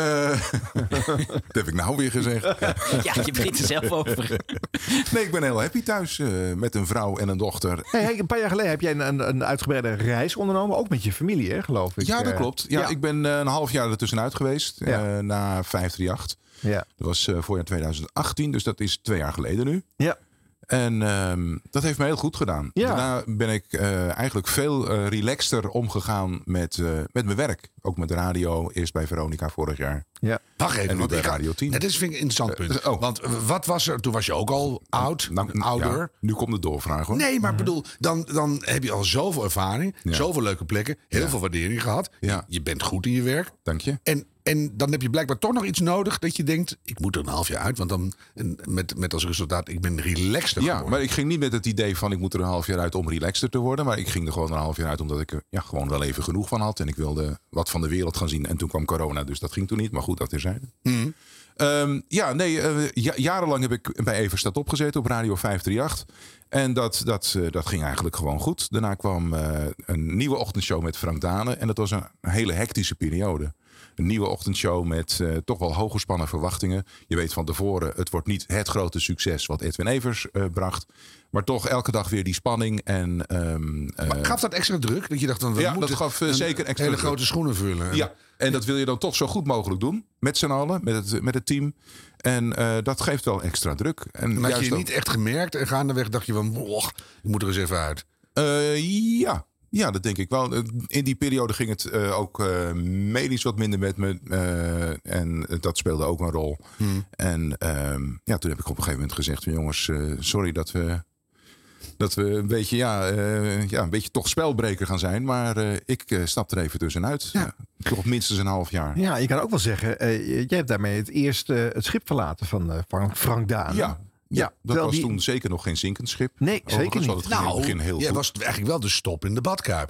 Dat heb ik nou weer gezegd. Ja, je begint er zelf over. Nee, ik ben heel happy thuis met een vrouw en een dochter. Hey, een paar jaar geleden heb jij een uitgebreide reis ondernomen. Ook met je familie, hè, geloof ik. Ja, dat klopt. Ja, ik ben een half jaar ertussenuit geweest. Na 538. Ja. Dat was voorjaar 2018. Dus dat is 2 jaar geleden nu. Ja. En dat heeft me heel goed gedaan. Ja. Daarna ben ik eigenlijk veel relaxter omgegaan met mijn werk. Ook met de radio. Eerst bij Veronica vorig jaar. Ja. Wacht even, en nu bij Radio 10. Dat is vind ik een interessant punt. Want wat was er? Toen was je ook al ouder. Ja, nu komt de doorvraag hoor. Nee, maar bedoel, dan heb je al zoveel ervaring. Zoveel leuke plekken. Heel veel waardering gehad. Ja. Je bent goed in je werk. Dank je. En dan heb je blijkbaar toch nog iets nodig dat je denkt, ik moet er een half jaar uit. Want dan met als resultaat, ik ben relaxter geworden. Ja, maar ik ging niet met het idee van ik moet er een half jaar uit om relaxter te worden. Maar ik ging er gewoon een half jaar uit omdat ik er gewoon wel even genoeg van had. En ik wilde wat van de wereld gaan zien. En toen kwam corona, dus dat ging toen niet. Maar goed, dat terzijde. Jarenlang heb ik bij Everstad opgezeten op Radio 538. En dat ging eigenlijk gewoon goed. Daarna kwam een nieuwe ochtendshow met Frank Dane. En dat was een hele hectische periode. Een nieuwe ochtendshow met toch wel hooggespannen verwachtingen. Je weet van tevoren, het wordt niet het grote succes wat Edwin Evers bracht. Maar toch elke dag weer die spanning. Maar gaf dat extra druk? Dat je dacht, dat gaf zeker extra hele druk. Grote schoenen vullen. Ja, en dat wil je dan toch zo goed mogelijk doen. Met z'n allen, met het team. En dat geeft wel extra druk. En had je niet echt gemerkt en gaandeweg dacht je van, ik moet er eens even uit. Ja, dat denk ik wel. In die periode ging het ook medisch wat minder met me. En dat speelde ook een rol. En toen heb ik op een gegeven moment gezegd, jongens, sorry dat we een beetje, een beetje toch spelbreker gaan zijn. Maar ik stap er even tussenuit. Ja. Toch minstens een half jaar. Ja, je kan ook wel zeggen, jij hebt daarmee het schip verlaten van Frank Dane. Ja, dat was toen zeker nog geen zinkend schip. Nee, zeker niet. Het ging in het begin heel goed. Was eigenlijk wel de stop in de badkuip.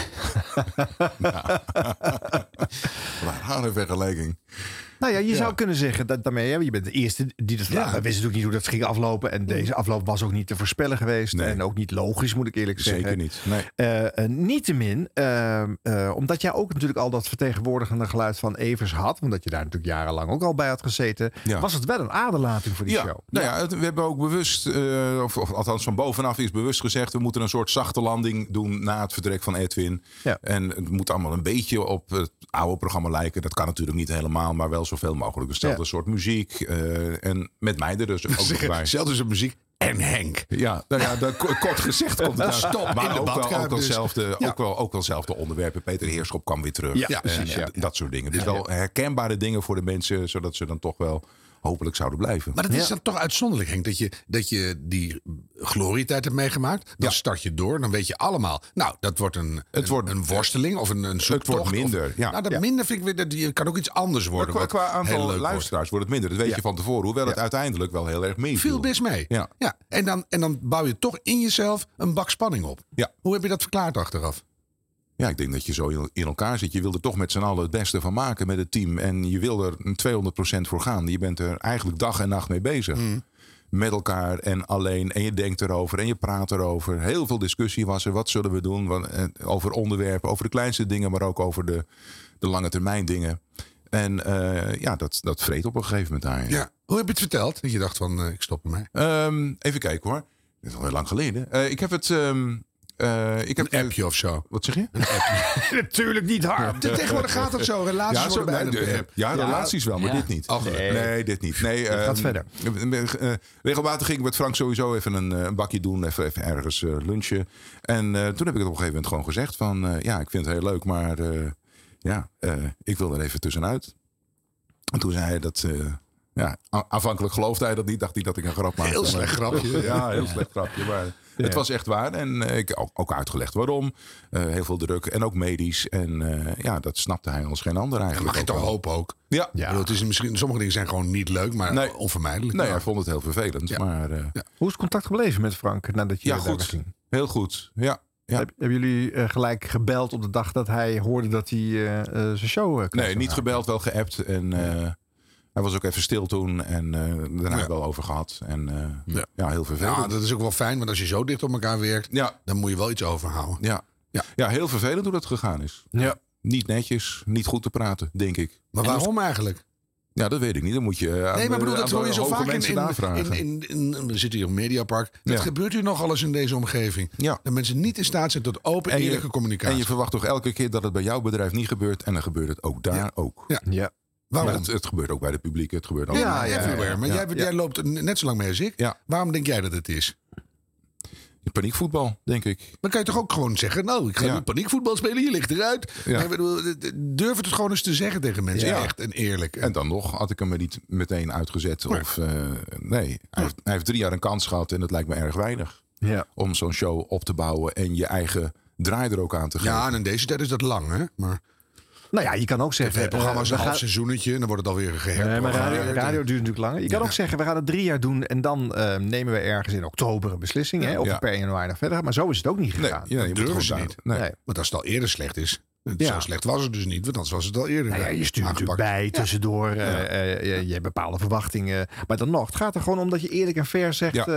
Rare vergelijking. Nou ja, je zou kunnen zeggen dat daarmee, je bent de eerste die dat vraagt. We wisten natuurlijk niet hoe dat ging aflopen. En deze afloop was ook niet te voorspellen geweest. Nee. En ook niet logisch, moet ik eerlijk zeggen. Zeker niet. Nee. Niettemin, omdat jij ook natuurlijk al dat vertegenwoordigende geluid van Evers had. Omdat je daar natuurlijk jarenlang ook al bij had gezeten. Ja. Was het wel een aderlating voor die show? Nou ja, we hebben ook bewust, of althans van bovenaf is bewust gezegd, we moeten een soort zachte landing doen na het vertrek van Edwin. Ja. En het moet allemaal een beetje op het oude programma lijken. Dat kan natuurlijk niet helemaal, maar wel zoveel mogelijk. Hetzelfde soort muziek. En met mij er dus ook nog bij. Hetzelfde soort muziek en Henk. Ja, nou ja, kort gezegd komt het stop maar in de badkuip. Ook wel zelfde onderwerpen. Peter Heerschop kwam weer terug. Ja, precies. Dat soort dingen. Dus wel herkenbare dingen voor de mensen, zodat ze dan toch wel hopelijk zouden blijven. Maar dat is dan toch uitzonderlijk, Henk, dat je die glorietijd hebt meegemaakt. Dan start je door, dan weet je allemaal. Nou, dat wordt een worsteling of een zoektocht. Het wordt minder. Minder vind ik weer, kan ook iets anders worden. Qua aantal luisteraars wordt het minder. Dat weet je van tevoren. Hoewel het uiteindelijk wel heel erg meeviel. Viel best mee. Ja. En dan bouw je toch in jezelf een bak spanning op. Ja. Hoe heb je dat verklaard achteraf? Ja, ik denk dat je zo in elkaar zit. Je wil er toch met z'n allen het beste van maken met het team. En je wil er 200% voor gaan. Je bent er eigenlijk dag en nacht mee bezig. met elkaar en alleen. En je denkt erover en je praat erover. Heel veel discussie was er. Wat zullen we doen? Over onderwerpen, over de kleinste dingen, maar ook over de lange termijn dingen. En dat vreet op een gegeven moment daar. Ja. Hoe heb je het verteld? Dat je dacht van, ik stop ermee. Even kijken hoor. Dat is al heel lang geleden. Ik heb het... ik heb een appje of zo. Wat zeg je? Een appje. Natuurlijk niet hard. Tegenwoordig gaat het zo. Relaties worden bijna de app. Ja, relaties wel, maar dit niet. Nee, dit niet. Nee, gaat verder. Regelmatig ging ik met Frank sowieso even een bakje doen. Even ergens lunchen. En toen heb ik het op een gegeven moment gewoon gezegd van... ik vind het heel leuk, maar ik wil er even tussenuit. En toen zei hij dat... aanvankelijk geloofde hij dat niet. Dacht hij dat ik een grap maakte. Heel slecht grapje. Ja, heel slecht grapje. Maar het was echt waar. En ik heb ook uitgelegd waarom. Heel veel druk. En ook medisch. En dat snapte hij als geen ander eigenlijk. Mag je toch hopen ook? Ja. Het is misschien, sommige dingen zijn gewoon niet leuk, maar onvermijdelijk. Nee, hij vond het heel vervelend. Ja. Maar, Hoe is het contact gebleven met Frank nadat je daar ging? Heel goed. Ja. Hebben jullie gelijk gebeld op de dag dat hij hoorde dat hij zijn show kreeg? Nee, niet gebeld, wel geappt. En hij was ook even stil toen. En daar hebben we wel over gehad. En heel vervelend. Ja, dat is ook wel fijn, want als je zo dicht op elkaar werkt, dan moet je wel iets overhouden. Ja, heel vervelend hoe dat gegaan is. Ja. Niet netjes, niet goed te praten, denk ik. Maar waarom eigenlijk? Ja, dat weet ik niet. Dan moet je aan maar bedoel, dat hoor je zo vaak we zitten hier op Mediapark. Dat gebeurt hier nog alles in deze omgeving. Ja. Dat mensen niet in staat zijn tot open, eerlijke communicatie. En je verwacht toch elke keer dat het bij jouw bedrijf niet gebeurt. En dan gebeurt het ook daar ook. Ja. Waarom? Het gebeurt ook bij de publiek. Het gebeurt ook everywhere. Maar jij loopt net zo lang mee als ik. Ja. Waarom denk jij dat het is? Paniekvoetbal, denk ik. Dan kan je toch ook gewoon zeggen... nou, ik ga nu paniekvoetbal spelen, je ligt eruit. Ja. Ik bedoel, durf het gewoon eens te zeggen tegen mensen. Ja. Echt en eerlijk. En dan nog had ik hem er niet meteen uitgezet. Of, hij heeft 3 jaar een kans gehad en dat lijkt me erg weinig. Ja. Om zo'n show op te bouwen en je eigen draai er ook aan te geven. Ja, en in deze tijd is dat lang, hè? Maar... Nou ja, je kan ook zeggen... Het programma is een half seizoenetje en dan wordt het alweer geherprogrammeerd. Nee, maar radio duurt natuurlijk langer. Je kan ook zeggen, we gaan het 3 jaar doen... en dan nemen we ergens in oktober een beslissing. Of we per januari nog verder gaan. Maar zo is het ook niet gegaan. Nee, dat durven ze niet. Nee. Want als het al eerder slecht is... Zo slecht was het dus niet, want anders was het al eerder. Je stuurt natuurlijk bij tussendoor. Je hebt bepaalde verwachtingen. Maar dan nog, het gaat er gewoon om dat je eerlijk en fair zegt...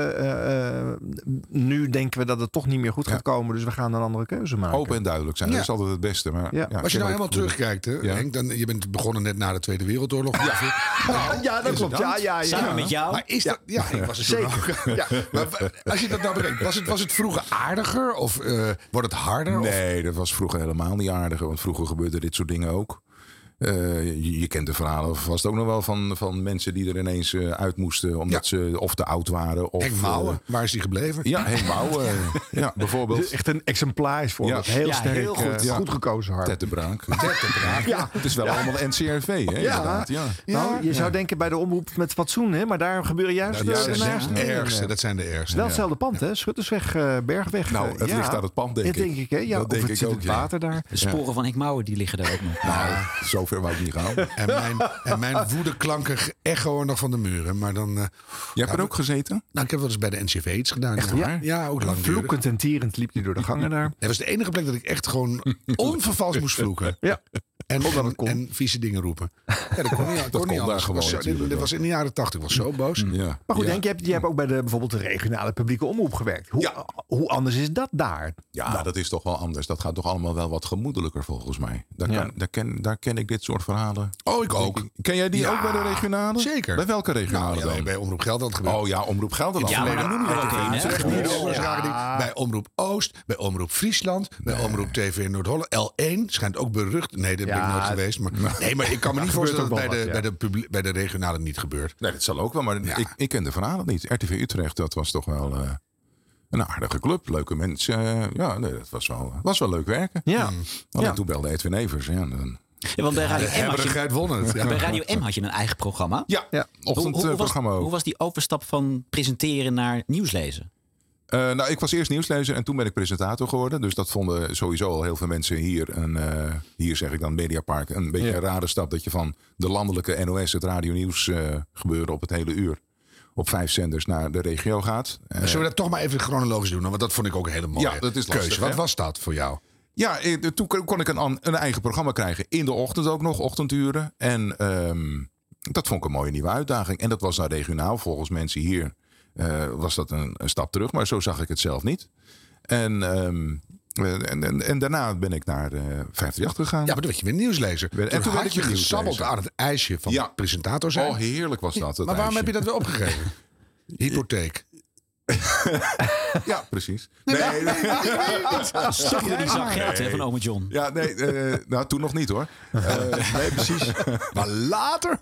nu denken we dat het toch niet meer goed gaat komen... dus we gaan een andere keuze maken. Open en duidelijk zijn, dat is altijd het beste. Maar, als je nou helemaal terugkijkt, Henk... je bent begonnen net na de Tweede Wereldoorlog. Ja, dat klopt. Ja. Samen met jou. Maar is dat... Ja, ik was het zeker. Maar als je dat nou bedenkt, was het vroeger aardiger? Of wordt het harder? Nee, dat was vroeger helemaal niet aardiger. Want vroeger gebeurde dit soort dingen ook. Je kent de verhalen vast ook nog wel van mensen die er ineens uit moesten. Omdat ze of te oud waren. Of, Henk Mouwen, waar is die gebleven? Ja, Henk Mouwen. bijvoorbeeld. Echt een exemplaar voor. Heel sterk. Heel goed, goed gekozen, Harm. Ted de Braak. Het is wel allemaal NCRV, hè? Inderdaad. Nou, je zou denken bij de omroep met fatsoen, hè? Maar daar gebeuren juist dat zijn de ergste. Wel hetzelfde pand, hè? Schuttersweg, Bergweg. Nou, het ligt aan het pand, denk ik. Dat denk ik, hè? Ja, dat denk ik ook. Het water daar. De sporen van Henk Mouwen, die liggen daar ook nog. Nou, zover wou ik niet gaan. En mijn woedeklanken echoen nog van de muren. Maar dan... Jij hebt er ook gezeten? Nou, ik heb wel eens bij de NCV iets gedaan. Echt waar? Ja, ook lang. Vloekend en tierend liep hij door de gangen daar. Dat was de enige plek dat ik echt gewoon onvervals moest vloeken. Ja. En vieze dingen roepen. Ja, dat kon niet, dat kon daar gewoon. Dat was in de jaren 80, was zo boos. Ja. Maar goed, Henk, je hebt ook bij bijvoorbeeld de regionale publieke omroep gewerkt. Hoe anders is dat daar? Ja, dat is toch wel anders. Dat gaat toch allemaal wel wat gemoedelijker volgens mij. Daar ken ik dit soort verhalen. Oh, ik ook. Ken jij die ook bij de regionale? Zeker. Bij welke regionale dan? Bij Omroep Gelderland gebeurd. Oh ja, Omroep Gelderland. Bij Omroep Oost, bij Omroep Friesland, bij Omroep TV Noord-Holland. L1 schijnt ook berucht. Nee, dat ben ik nooit geweest. Maar ik kan me niet voorstellen dat bij de regionale niet gebeurt. Nee, dat zal ook wel, maar ik ken de verhalen niet. RTV Utrecht, dat was toch wel een aardige club. Leuke mensen. Dat was wel leuk werken. Ja. Alleen toen belde Edwin Evers. Ja, want bij Radio M had je een eigen programma. Ja. Ochtendprogramma ook. Hoe was die overstap van presenteren naar nieuwslezen? Ik was eerst nieuwslezer en toen ben ik presentator geworden. Dus dat vonden sowieso al heel veel mensen hier. Hier zeg ik dan Mediapark. Een beetje een rare stap dat je van de landelijke NOS, het radionieuws gebeuren op het hele uur, op 5 zenders naar de regio gaat. Zullen we dat toch maar even chronologisch doen? Want dat vond ik ook een hele mooie dat is lastig, keuze. Wat was dat voor jou? Ja, toen kon ik een eigen programma krijgen. In de ochtend ook nog, ochtenduren. En dat vond ik een mooie nieuwe uitdaging. En dat was nou regionaal volgens mensen hier. was dat een stap terug. Maar zo zag ik het zelf niet. En daarna ben ik naar 538 gegaan. Ja, maar toen werd je weer nieuwslezer. En toen had je gesabbeld aan het ijsje van presentator zijn. Oh, heerlijk was dat. Maar waarom heb je dat weer opgegeven? Hypotheek. Ja, precies. Stuk je die zak geld van ome John? Ja, nee, toen nog niet hoor. Nee, precies. Maar later?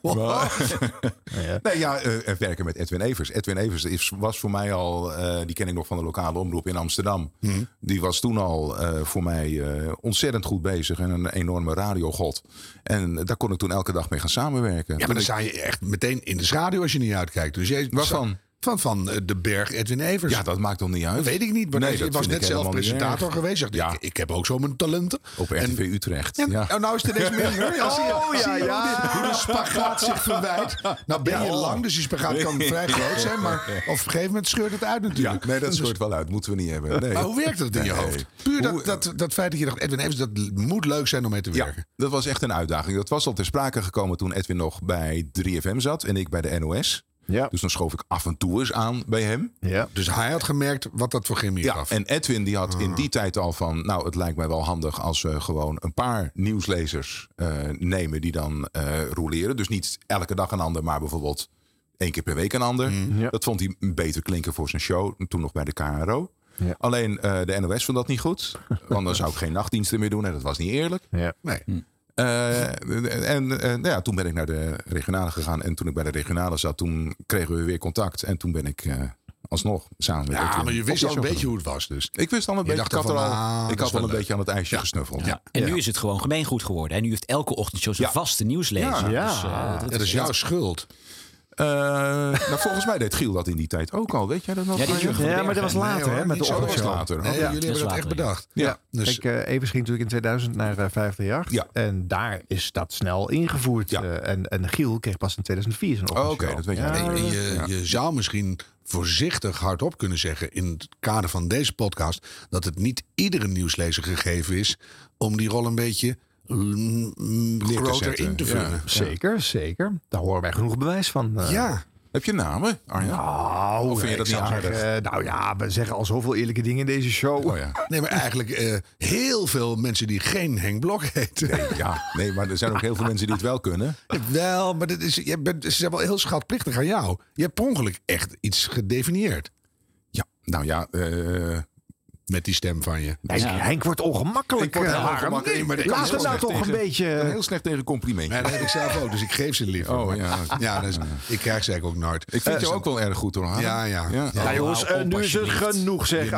Werken met Edwin Evers. Edwin Evers was voor mij al, die ken ik nog van de lokale omroep in Amsterdam. Die was toen al voor mij ontzettend goed bezig en een enorme radiogod. En daar kon ik toen elke dag mee gaan samenwerken. Ja, maar dan sta je echt meteen in de schaduw als je niet uitkijkt. Dus waarvan? Van de berg Edwin Evers. Ja, dat maakt toch niet uit? Dat weet ik niet. Maar nee, je was net zelf presentator geweest. Ik heb ook zo mijn talenten. Op RTV Utrecht. Ja. Nou is het ineens minder. Hoe de spagaat zich verwijt. Nou ben je lang, dus die spagaat kan vrij groot zijn. Maar op een gegeven moment scheurt het uit natuurlijk. Ja, nee, dat scheurt wel uit. Moeten we niet hebben. Nee. Maar hoe werkt dat in je hoofd? Puur dat feit dat je dacht, Edwin Evers, dat moet leuk zijn om mee te werken. Ja, dat was echt een uitdaging. Dat was al ter sprake gekomen toen Edwin nog bij 3FM zat. En ik bij de NOS. Ja. Dus dan schoof ik af en toe eens aan bij hem. Ja. Dus hij had gemerkt wat dat voor chemie gaf. En Edwin die had in die tijd al van... nou, het lijkt mij wel handig als we gewoon een paar nieuwslezers nemen... die dan roleren. Dus niet elke dag een ander, maar bijvoorbeeld 1 keer per week een ander. Ja. Dat vond hij beter klinken voor zijn show. Toen nog bij de KRO. Ja. Alleen de NOS vond dat niet goed. Want dan zou ik geen nachtdiensten meer doen. En dat was niet eerlijk. Ja. Nee. Toen ben ik naar de regionale gegaan. En toen ik bij de regionale zat, toen kregen we weer contact. En toen ben ik alsnog samen met maar je wist al een beetje hoe het was dus. Ik wist al een beetje. Ik had al een beetje aan het ijsje gesnuffeld. Ja. En nu is het gewoon gemeengoed geworden. En nu heeft elke ochtendshow zijn vaste nieuwslezer. Dat is jouw schuld. Volgens mij deed Giel dat in die tijd ook al. Weet jij dat nog? Ja, maar dat was later, met de ochtendshow. Jullie hebben dat echt bedacht. Ja. Dus Evers ging natuurlijk in 2000 naar 538. Ja. En daar is dat snel ingevoerd. Ja. En Giel kreeg pas in 2004 zijn ochtendshow. Oké, dat weet je. Je zou misschien voorzichtig hardop kunnen zeggen... in het kader van deze podcast... dat het niet iedere nieuwslezer gegeven is... om die rol een beetje... groter in te vullen. Ja. Zeker. Daar horen wij genoeg bewijs van. Heb je namen, Arjen? Nou, of vind je dat niet aardig? We zeggen al zoveel eerlijke dingen in deze show. Oh, ja. Nee, maar eigenlijk heel veel mensen die geen Henk Blok heten. Nee, maar er zijn ook heel veel mensen die het wel kunnen. Wel, maar ze zijn wel heel schatplichtig aan jou. Je hebt per ongeluk echt iets gedefinieerd. Ja, nou ja... Met die stem van je. Henk wordt ongemakkelijk. Nee, maar laat hem nou toch een beetje... Heel slecht tegen complimentjes. Nee, dat heb ik zelf ook, dus ik geef ze liever. Oh, dus ik krijg ze eigenlijk ook nooit. Ik vind jou ook wel erg goed hoor. Ja, jongens, nu is het genoeg zeg.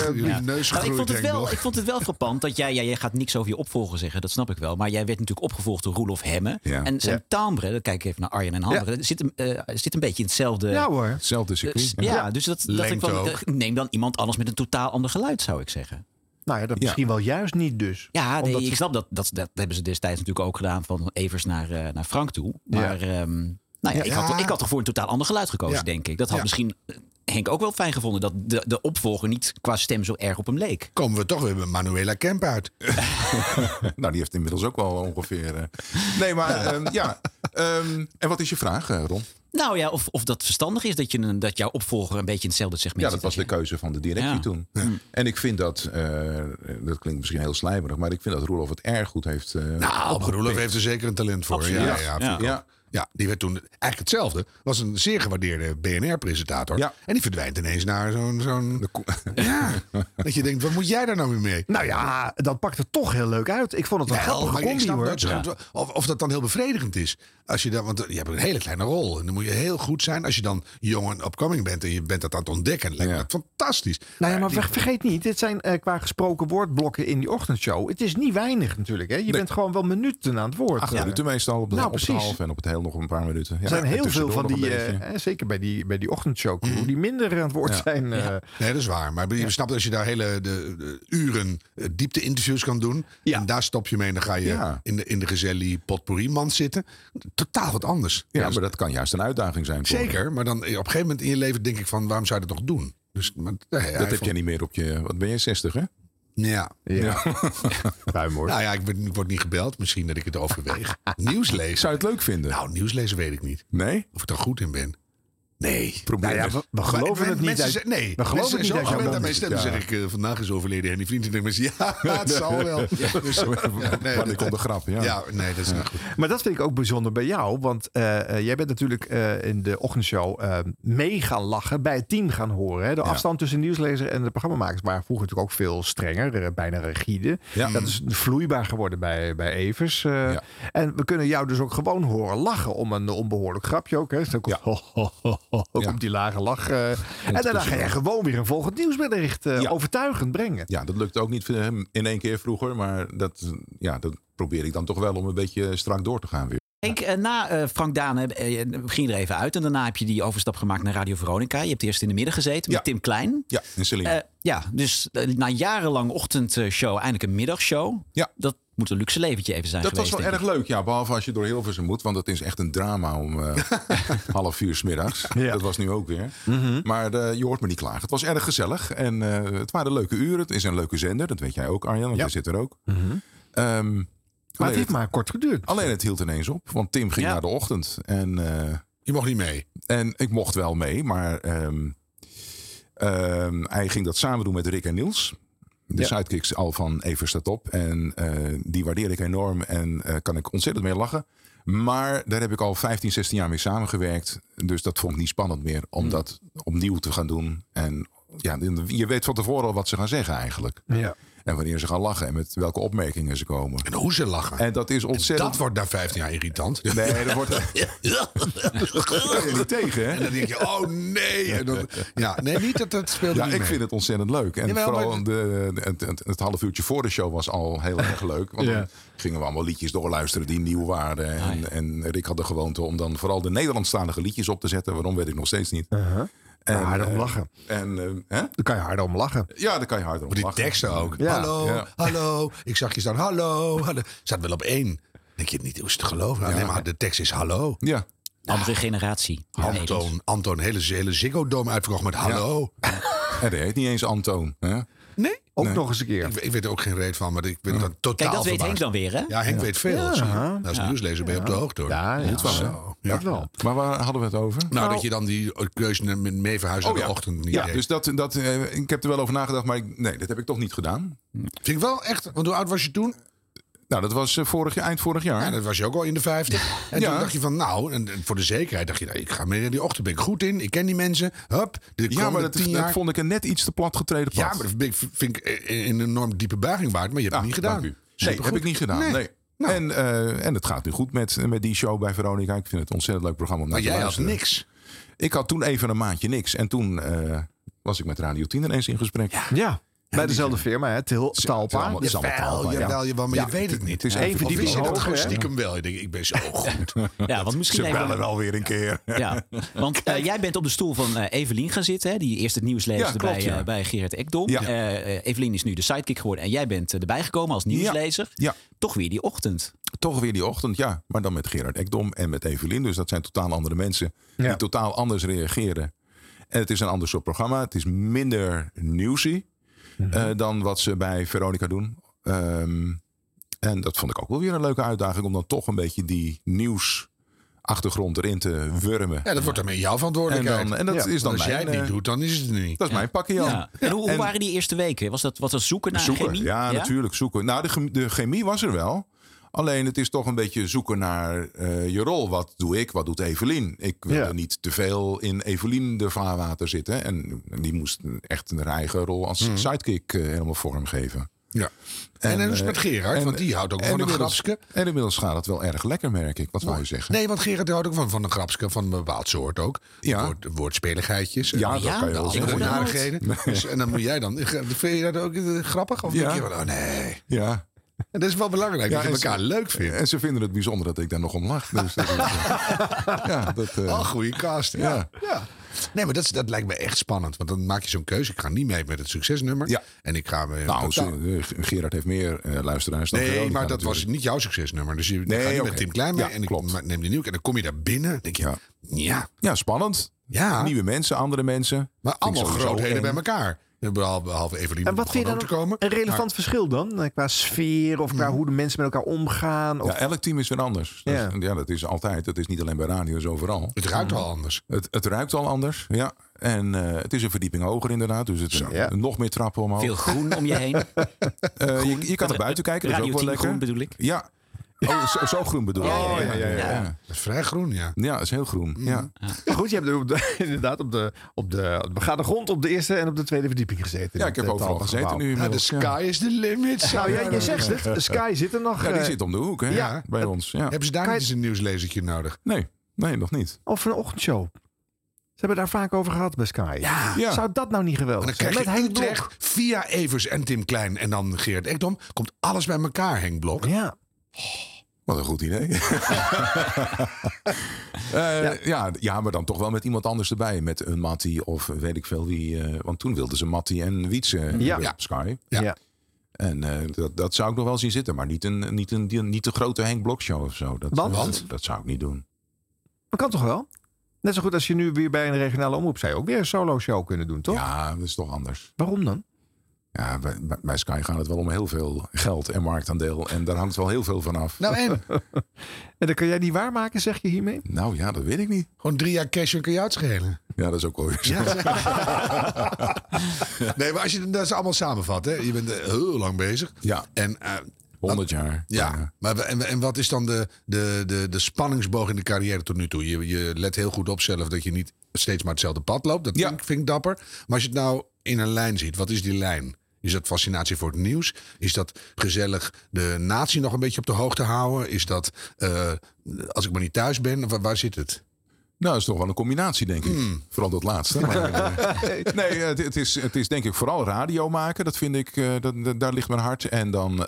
Ik vond het wel frappant dat jij gaat niks over je opvolger zeggen. Dat snap ik wel. Maar jij werd natuurlijk opgevolgd door Roelof Hemme. Ja. En zijn timbre, dan kijk ik even naar Arjen en Hambre. Zit een beetje in hetzelfde... Ja hoor. Hetzelfde circuit. Dus dat ik van, neem dan iemand anders met een totaal ander geluid, zou ik zeggen. Nou ja, dat misschien wel juist niet dus. Ja, nee, ik snap dat hebben ze destijds natuurlijk ook gedaan... van Evers naar Frank toe. Maar ik had toch voor een totaal ander geluid gekozen, denk ik. Dat had misschien Henk ook wel fijn gevonden... dat de opvolger niet qua stem zo erg op hem leek. Komen we toch weer met Manuela Kemp uit. Nou, die heeft inmiddels ook wel ongeveer... Nee, maar en wat is je vraag, Ron? Nou ja, of dat verstandig is dat jouw opvolger een beetje in hetzelfde segment zit. Ja, dat was de keuze van de directie toen. Ja. En ik vind dat klinkt misschien heel slijmerig... maar ik vind dat Roelof het erg goed heeft Roelof heeft er zeker een talent voor. Absoluut. Ja, die werd toen eigenlijk hetzelfde. Was een zeer gewaardeerde BNR-presentator. Ja. En die verdwijnt ineens naar zo'n... dat je denkt, wat moet jij daar nou weer mee? Nou ja, dat pakt het toch heel leuk uit. Ik vond het wel grappig. Ik snap of dat dan heel bevredigend is. Als je dan, want je hebt een hele kleine rol. En dan moet je heel goed zijn. Als je dan jong en upcoming bent en je bent dat aan het ontdekken. Lijkt me dat fantastisch. Nou ja, maar vergeet niet. Dit zijn qua gesproken woordblokken in die ochtendshow. Het is niet weinig natuurlijk. Hè? Je bent gewoon wel minuten aan het woord. 8 minuten meestal op het half en op het heel nog een paar minuten. Er zijn heel veel van die, zeker bij die ochtendshow crew, die minder aan het woord zijn. Nee, dat is waar. Maar je snapt als je daar de uren diepte-interviews kan doen. Ja. En daar stop je mee en dan ga je in de gezellige potpourri-mand zitten. Totaal wat anders. Ja, maar dat kan juist een uitdaging zijn. Zeker, maar dan op een gegeven moment in je leven denk ik van, waarom zou je dat nog doen? Dus, dat heb je niet meer op je, wat ben je, 60 hè? Ja. Ruim hoor. Nou ja, ik word niet gebeld. Misschien dat ik het overweeg. Nieuwslezen. Zou je het leuk vinden? Nou, nieuwslezen weet ik niet. Nee? Of ik er goed in ben. Nee. Nou ja, we geloven het niet. We geloven het niet. Als je daarmee stemt, dan zeg ik, vandaag is overleden. En die vrienden denken mensen, ja, het zal wel. Dus, maar ik kon de grap, ja, nee, dat is niet goed. Maar dat vind ik ook bijzonder bij jou. Want jij bent natuurlijk in de ochtendshow mee gaan lachen. Bij het team gaan horen. Hè? De afstand tussen de nieuwslezer en de programmamakers waren vroeger natuurlijk ook veel strenger. Bijna rigide. Ja. Dat is vloeibaar geworden bij Evers. En we kunnen jou dus ook gewoon horen lachen om een onbehoorlijk grapje ook. Hè? Dus dan komt die lage lach. En daarna ga je gewoon weer een volgend nieuwsbericht overtuigend brengen. Ja, dat lukt ook niet in één keer vroeger. Maar dat probeer ik dan toch wel om een beetje strak door te gaan weer. Na Frank Dane ging je er even uit. En daarna heb je die overstap gemaakt naar Radio Veronica. Je hebt eerst in de midden gezeten met Tim Klein. Ja, in Celine. Dus na jarenlang ochtendshow eindelijk een middagshow. Ja. Dat moet een luxe leventje even zijn dat geweest. Dat was wel erg leuk, ja. Behalve als je door Hilversum moet. Want het is echt een drama om 3:30 'smiddags. Ja. Dat was nu ook weer. Mm-hmm. Maar je hoort me niet klagen. Het was erg gezellig. En het waren leuke uren. Het is een leuke zender. Dat weet jij ook, Arjan. Want jij zit er ook. Mm-hmm. Maar het heeft maar kort geduurd. Alleen het hield ineens op. Want Tim ging naar de ochtend. En, je mocht niet mee. En ik mocht wel mee. Maar hij ging dat samen doen met Rick en Niels. De sidekicks al van Evers staat op. En die waardeer ik enorm. En kan ik ontzettend mee lachen. Maar daar heb ik al 15, 16 jaar mee samengewerkt. Dus dat vond ik niet spannend meer. Om dat opnieuw te gaan doen. En je weet van tevoren al wat ze gaan zeggen eigenlijk. Ja. En wanneer ze gaan lachen en met welke opmerkingen ze komen. En hoe ze lachen. En dat is ontzettend. En dat wordt na 15 jaar irritant. Nee, dat wordt. Dat kan je niet tegen, hè? En dan denk je, oh nee. En dan, nee, niet dat speelt niet mee. Ik vind het ontzettend leuk. En vooral het half uurtje voor de show was al heel erg leuk. Want dan gingen we allemaal liedjes doorluisteren die nieuw waren. En Rick had de gewoonte om dan vooral de Nederlandstalige liedjes op te zetten. Waarom weet ik nog steeds niet. En harder om lachen. Dan kan je harder om lachen. Ja, dan kan je harder om lachen. Die teksten ook. Ja. Hallo. Ik zag je staan. Hallo. Staat wel op 1. Denk je niet, hoe is het te geloven? Nee, maar de tekst is hallo. Ja. Andere generatie. Anton, hele Ziggo Dome uitverkocht met hallo. En dat heet niet eens Antoon. Hè? Nee? Ook nog eens een keer. Ik weet er ook geen reet van, maar ik ben dan totaal Kijk, dat weet verbaasd. Henk dan weer, hè? Ja, Henk weet veel. Als nieuwslezer ben je op de hoogte, hoor. Dat wel. Maar waar hadden we het over? Nou, dat je dan die keuze met mee verhuizen in de ochtend niet deed. Dus dat ik heb er wel over nagedacht, maar dat heb ik toch niet gedaan. Vind ik wel echt. Want hoe oud was je toen? Nou, dat was eind vorig jaar. Ja, dat was je ook al in de 50. En toen dacht je van, en voor de zekerheid dacht je, ik ga mee naar die ochtend, ben ik goed in. Ik ken die mensen. Hup, maar dat vond ik een net iets te plat getreden pad. Ja, maar dat vind ik een enorm diepe buiging waard. Maar je hebt het niet gedaan. Nee, heb ik niet gedaan. Nee. Nou. En het gaat nu goed met die show bij Veronica. Ik vind het een ontzettend leuk programma om naar te luisteren. Maar jij had niks. Ik had toen even een maandje niks. En toen was ik met Radio 10 ineens in gesprek. Ja. Bij dezelfde firma, hè? Talpa. Jawel, maar je weet het niet. Het is één verdieping hoger. Dat gewoon hoger, stiekem wel. Je denkt, ik ben zo goed. Ja, want misschien Ze bellen wel weer een keer. Ja, want jij bent op de stoel van Evelien gaan zitten. Hè, die eerst het nieuws leesde bij Gerard Ekdom. Ja. Evelien is nu de sidekick geworden. En jij bent erbij gekomen als nieuwslezer. Ja. Toch weer die ochtend. Toch weer die ochtend, ja. Maar dan met Gerard Ekdom en met Evelien. Dus dat zijn totaal andere mensen. Die totaal anders reageren. En het is een ander soort programma. Het is minder newsy. Dan wat ze bij Veronica doen. En dat vond ik ook wel weer een leuke uitdaging. Om dan toch een beetje die nieuwsachtergrond erin te wurmen. Ja, dat wordt dan met jouw verantwoordelijkheid. En dat is dan als jij het niet doet, dan is het er niet. Dat is mijn pakje, Jan. Ja. En hoe waren die eerste weken? Was dat zoeken naar chemie? Ja, natuurlijk zoeken. Nou, de chemie was er wel. Alleen het is toch een beetje zoeken naar je rol. Wat doe ik? Wat doet Evelien? Ik wilde niet te veel in Evelien de vaarwater zitten. En die moest echt haar eigen rol als sidekick helemaal vormgeven. Ja. En dus met Gerard, want die houdt ook van een grapske. En inmiddels gaat het wel erg lekker, merk ik. Wat wou je zeggen? Nee, want Gerard houdt ook van een grapske van een bepaald soort ook. Ja. Woordspeligheidjes. Ja, dat kan je wel zeggen. Dus, en dan moet jij dan... Vind je dat ook grappig? Of denk je van, oh nee... Ja. En dat is wel belangrijk dat je elkaar leuk vindt. En ze vinden het bijzonder dat ik daar nog om lach. Dus goede cast. Ja. Nee, maar dat lijkt me echt spannend. Want dan maak je zo'n keuze. Ik ga niet mee met het succesnummer. Ja. En ik ga... Gerard heeft meer luisteraars dan Veronica. Nee, maar dat was niet jouw succesnummer. Dus je gaat niet met Tim Klein mee. En ik neem die nieuw. En dan kom je daar binnen. Denk je, ja, spannend. Ja. Nieuwe mensen, andere mensen. Maar allemaal grootheden bij elkaar. Behalve Evelien En wat vind je dan te komen. een relevant verschil dan? Qua sfeer of qua hoe de mensen met elkaar omgaan? Of... Ja, elk team is weer anders. Dat is altijd. Dat is niet alleen bij radio, is overal. Het ruikt al anders. Het ruikt al anders, ja. En het is een verdieping hoger inderdaad. Dus het is nog meer trappen omhoog. Veel groen om je heen. Je kan naar buiten kijken. Dat is ook wel lekker. Groen bedoel ik. Ja. Oh, zo groen bedoel ik. Ja. Dat is vrij groen, ja. Ja, dat is heel groen. Ja. Maar goed, je hebt inderdaad op de begaande grond op de eerste en op de tweede verdieping gezeten. Ja, ik heb overal gezeten nu. De sky is the limit. Nou ja, je zegt het. De sky zit er nog. Ja, die zit om de hoek, hè? Bij ons. Ja. Hebben ze daar niet eens een nieuwslezertje nodig? Nee, nog niet. Of een ochtendshow. Ze hebben daar vaak over gehad bij Sky. Ja. Zou dat nou niet geweldig zijn? Met Henk Blok. Via Evers en Tim Klein en dan Geert Ekdom. Komt alles bij elkaar, Henk Blok. Ja. Wat een goed idee. Ja, maar dan toch wel met iemand anders erbij. Met een Mattie of weet ik veel wie. Want toen wilden ze Mattie en Wietse op Sky. Ja. En dat zou ik nog wel zien zitten. Maar niet de grote Henk Blok show of zo. Dat zou ik niet doen. Dat kan toch wel? Net zo goed als je nu weer bij een regionale omroep zou je ook weer een solo show kunnen doen, toch? Ja, dat is toch anders. Waarom dan? Ja, bij Sky gaat het wel om heel veel geld en marktaandeel. En daar hangt wel heel veel van af. Nou en? En dan kan jij niet waarmaken, zeg je hiermee? Nou ja, dat weet ik niet. Gewoon 3 jaar cash en kun je uitschelen. Ja, dat is ook wel weer zo. Nee, maar als je dat allemaal samenvat, hè? Je bent heel lang bezig. Ja. En 100 jaar. Ja, maar en wat is dan de spanningsboog in de carrière tot nu toe? Je let heel goed op zelf dat je niet steeds maar hetzelfde pad loopt. Dat vind ik dapper. Maar als je het nou in een lijn ziet, wat is die lijn? Is dat fascinatie voor het nieuws? Is dat gezellig de natie nog een beetje op de hoogte houden? Is dat als ik maar niet thuis ben? Waar zit het? Nou, dat is toch wel een combinatie, denk ik. Vooral dat laatste. Maar, nee, het is denk ik vooral radio maken. Dat vind ik, daar ligt mijn hart. En dan,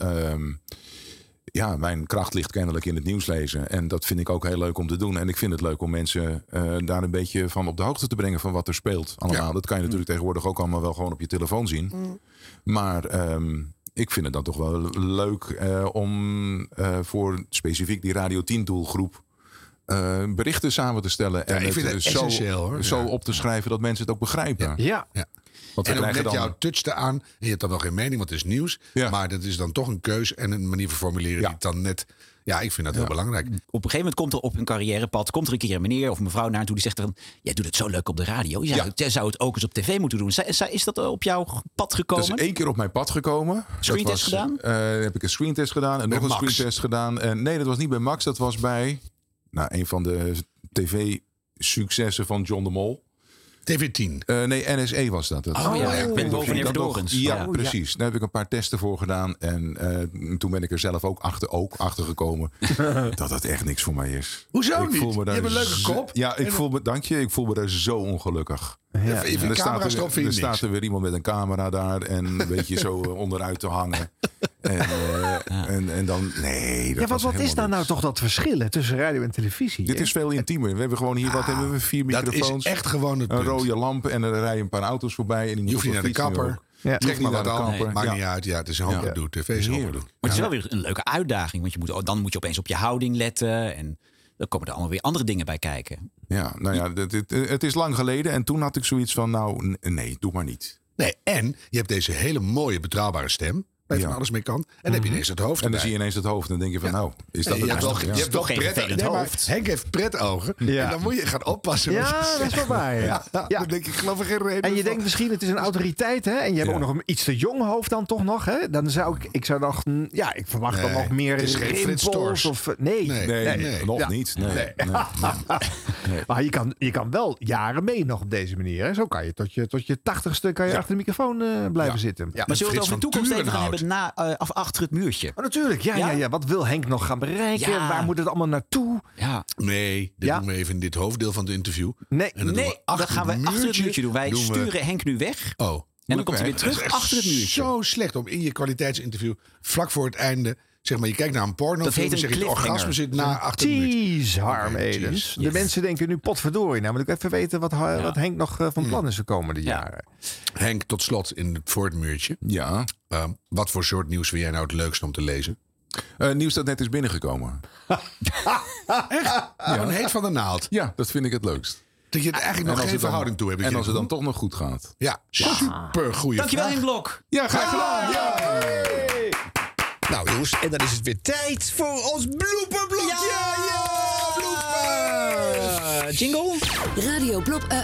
mijn kracht ligt kennelijk in het nieuws lezen. En dat vind ik ook heel leuk om te doen. En ik vind het leuk om mensen daar een beetje van op de hoogte te brengen van wat er speelt. Allemaal. Ja. Dat kan je natuurlijk tegenwoordig ook allemaal wel gewoon op je telefoon zien. Maar ik vind het dan toch wel leuk om voor specifiek die Radio 10 doelgroep berichten samen te stellen. En ik vind het essentieel, hoor. Zo op te schrijven dat mensen het ook begrijpen. Ja. Want en ook net jouw touch aan. En je hebt dan wel geen mening, want het is nieuws. Ja. Maar dat is dan toch een keus en een manier van formuleren die het dan net... Ja, ik vind dat heel belangrijk. Op een gegeven moment komt er op een carrièrepad... komt er een keer een meneer of een mevrouw naar toe die zegt dan... jij doet het zo leuk op de radio. Je zou het ook eens op tv moeten doen. Is dat op jouw pad gekomen? Dat is 1 keer op mijn pad gekomen. Screentest gedaan? Heb ik een screentest gedaan en nog een screentest gedaan. Nee, dat was niet bij Max. Dat was bij een van de tv-successen van John de Mol. TV10? Nee, NSE was dat. Ik ben boven Everdorens. Ja, precies. Daar heb ik een paar testen voor gedaan. En toen ben ik er zelf ook achter gekomen dat het echt niks voor mij is. Hoezo niet? Je hebt een leuke kop. Ja, ik voel me daar zo ongelukkig. Ja. Er staat er weer iemand met een camera daar en een beetje zo onderuit te hangen. En dan, nee. Wat is daar nou toch dat verschil tussen radio en televisie? Dit is veel intiemer. We hebben gewoon hier, hebben we 4 microfoons. Dat is echt gewoon het punt. Een rode lamp en er rijden een paar auto's voorbij. En je hoeft niet naar de kapper. Trek maar wat aan. Maakt niet uit. Ja, het is een hoop gedoe. TV is hoop gedoe. Maar het is wel weer een leuke uitdaging. Want dan moet je opeens op je houding letten. En dan komen er allemaal weer andere dingen bij kijken. Ja, nou ja, het is lang geleden. En toen had ik zoiets van, nee, doe maar niet. Nee, en je hebt deze hele mooie, betrouwbare stem. Waar je van alles mee kan. En dan heb je ineens het hoofd. En dan zie je ineens het hoofd. En dan denk je van, is dat je hebt toch geen vervelend hoofd. Henk heeft pretogen. Ja. En dan moet je gaan oppassen. Ja, dat is wel waar. Ja. Dan denk ik geloof er geen reden En je denkt misschien, het is een autoriteit. Hè? En je hebt ook nog een iets te jong hoofd dan toch nog. Hè? Dan zou ik zou nog, ik verwacht dan nog meer rimpels. Nee, nog niet. Nee. Maar je kan wel jaren mee nog op deze manier. Hè? Zo kan je tot je 80ste achter de microfoon blijven zitten. Ja. Maar zullen we het over de toekomst even gaan hebben achter het muurtje? Oh, natuurlijk, ja. Wat wil Henk nog gaan bereiken? Ja. Waar moet het allemaal naartoe? Ja. Nee, dit doen we even in dit hoofddeel van het interview. Nee, dat gaan we achter het muurtje doen. Wij sturen Henk nu weg. Oh. En dan komt hij weer terug achter het muurtje. Zo slecht om in je kwaliteitsinterview vlak voor het einde... Zeg maar, je kijkt naar een pornofilm en zeg je het orgasme zit achter het muurtje. Tease, Harm Edens. De mensen denken nu potverdorie. Nou moet ik even weten wat Henk nog van plan is de komende jaren. Henk, tot slot voor het muurtje. Ja. Wat voor soort nieuws vind jij nou het leukste om te lezen? Nieuws dat net is binnengekomen. Echt? Een heet van de naald. Ja, dat vind ik het leukst. Dat je het eigenlijk nog geen verhouding toe hebt. En als het dan toch nog goed gaat. Ja, super goeie Dankjewel, vraag. Henk Blok. Ja, graag gedaan. Ja. Nou jongens, en dan is het weer tijd voor ons blooperblokje. Jingle? Radio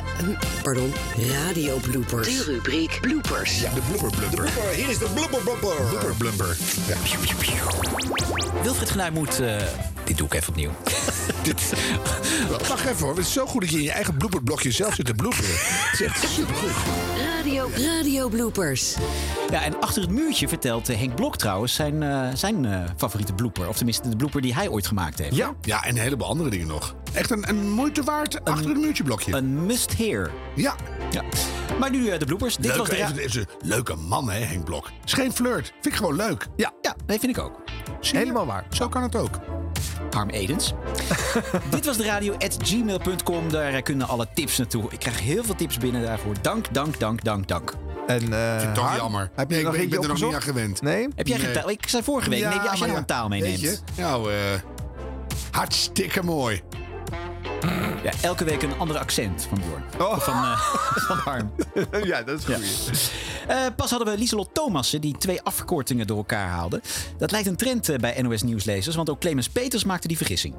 bloopers. De rubriek bloopers. Ja, de blooper. Hier is de blooper. Blumper. Ja. Wilfried Genuij moet... dit doe ik even opnieuw. Wacht even hoor, het is zo goed dat je in je eigen blooperblokje zelf zit te bloeperen. Het is echt supergoed. Radio bloopers. Ja, en achter het muurtje vertelt Henk Blok trouwens zijn favoriete blooper. Of tenminste de blooper die hij ooit gemaakt heeft. Ja, en een heleboel andere dingen nog. Echt een moeite waard achter het muurtje blokje. Een must-hear. Ja. Maar nu de bloopers. Dit was is een leuke man, hè, Henk Blok. Is geen flirt. Vind ik gewoon leuk. Ja, dat vind ik ook. Helemaal waar. Zo kan het ook. Harm Edens. Dit was de radio@gmail.com. Daar kunnen alle tips naartoe. Ik krijg heel veel tips binnen daarvoor. Dank. En, vind het toch jammer. Heb je ik nog ben er nog opgezocht? niet aan gewend. Nee? Heb jij geen taal? Ik zei vorige week, Ja, als jij nog een taal meeneemt. Weet je, nou, hartstikke mooi. Ja, elke week een ander accent van Bjorn. Of van Harm. Ja, dat is goed. Pas hadden we Lieselot Thomassen die 2 afkortingen door elkaar haalde. Dat lijkt een trend bij NOS Nieuwslezers, want ook Clemens Peters maakte die vergissing.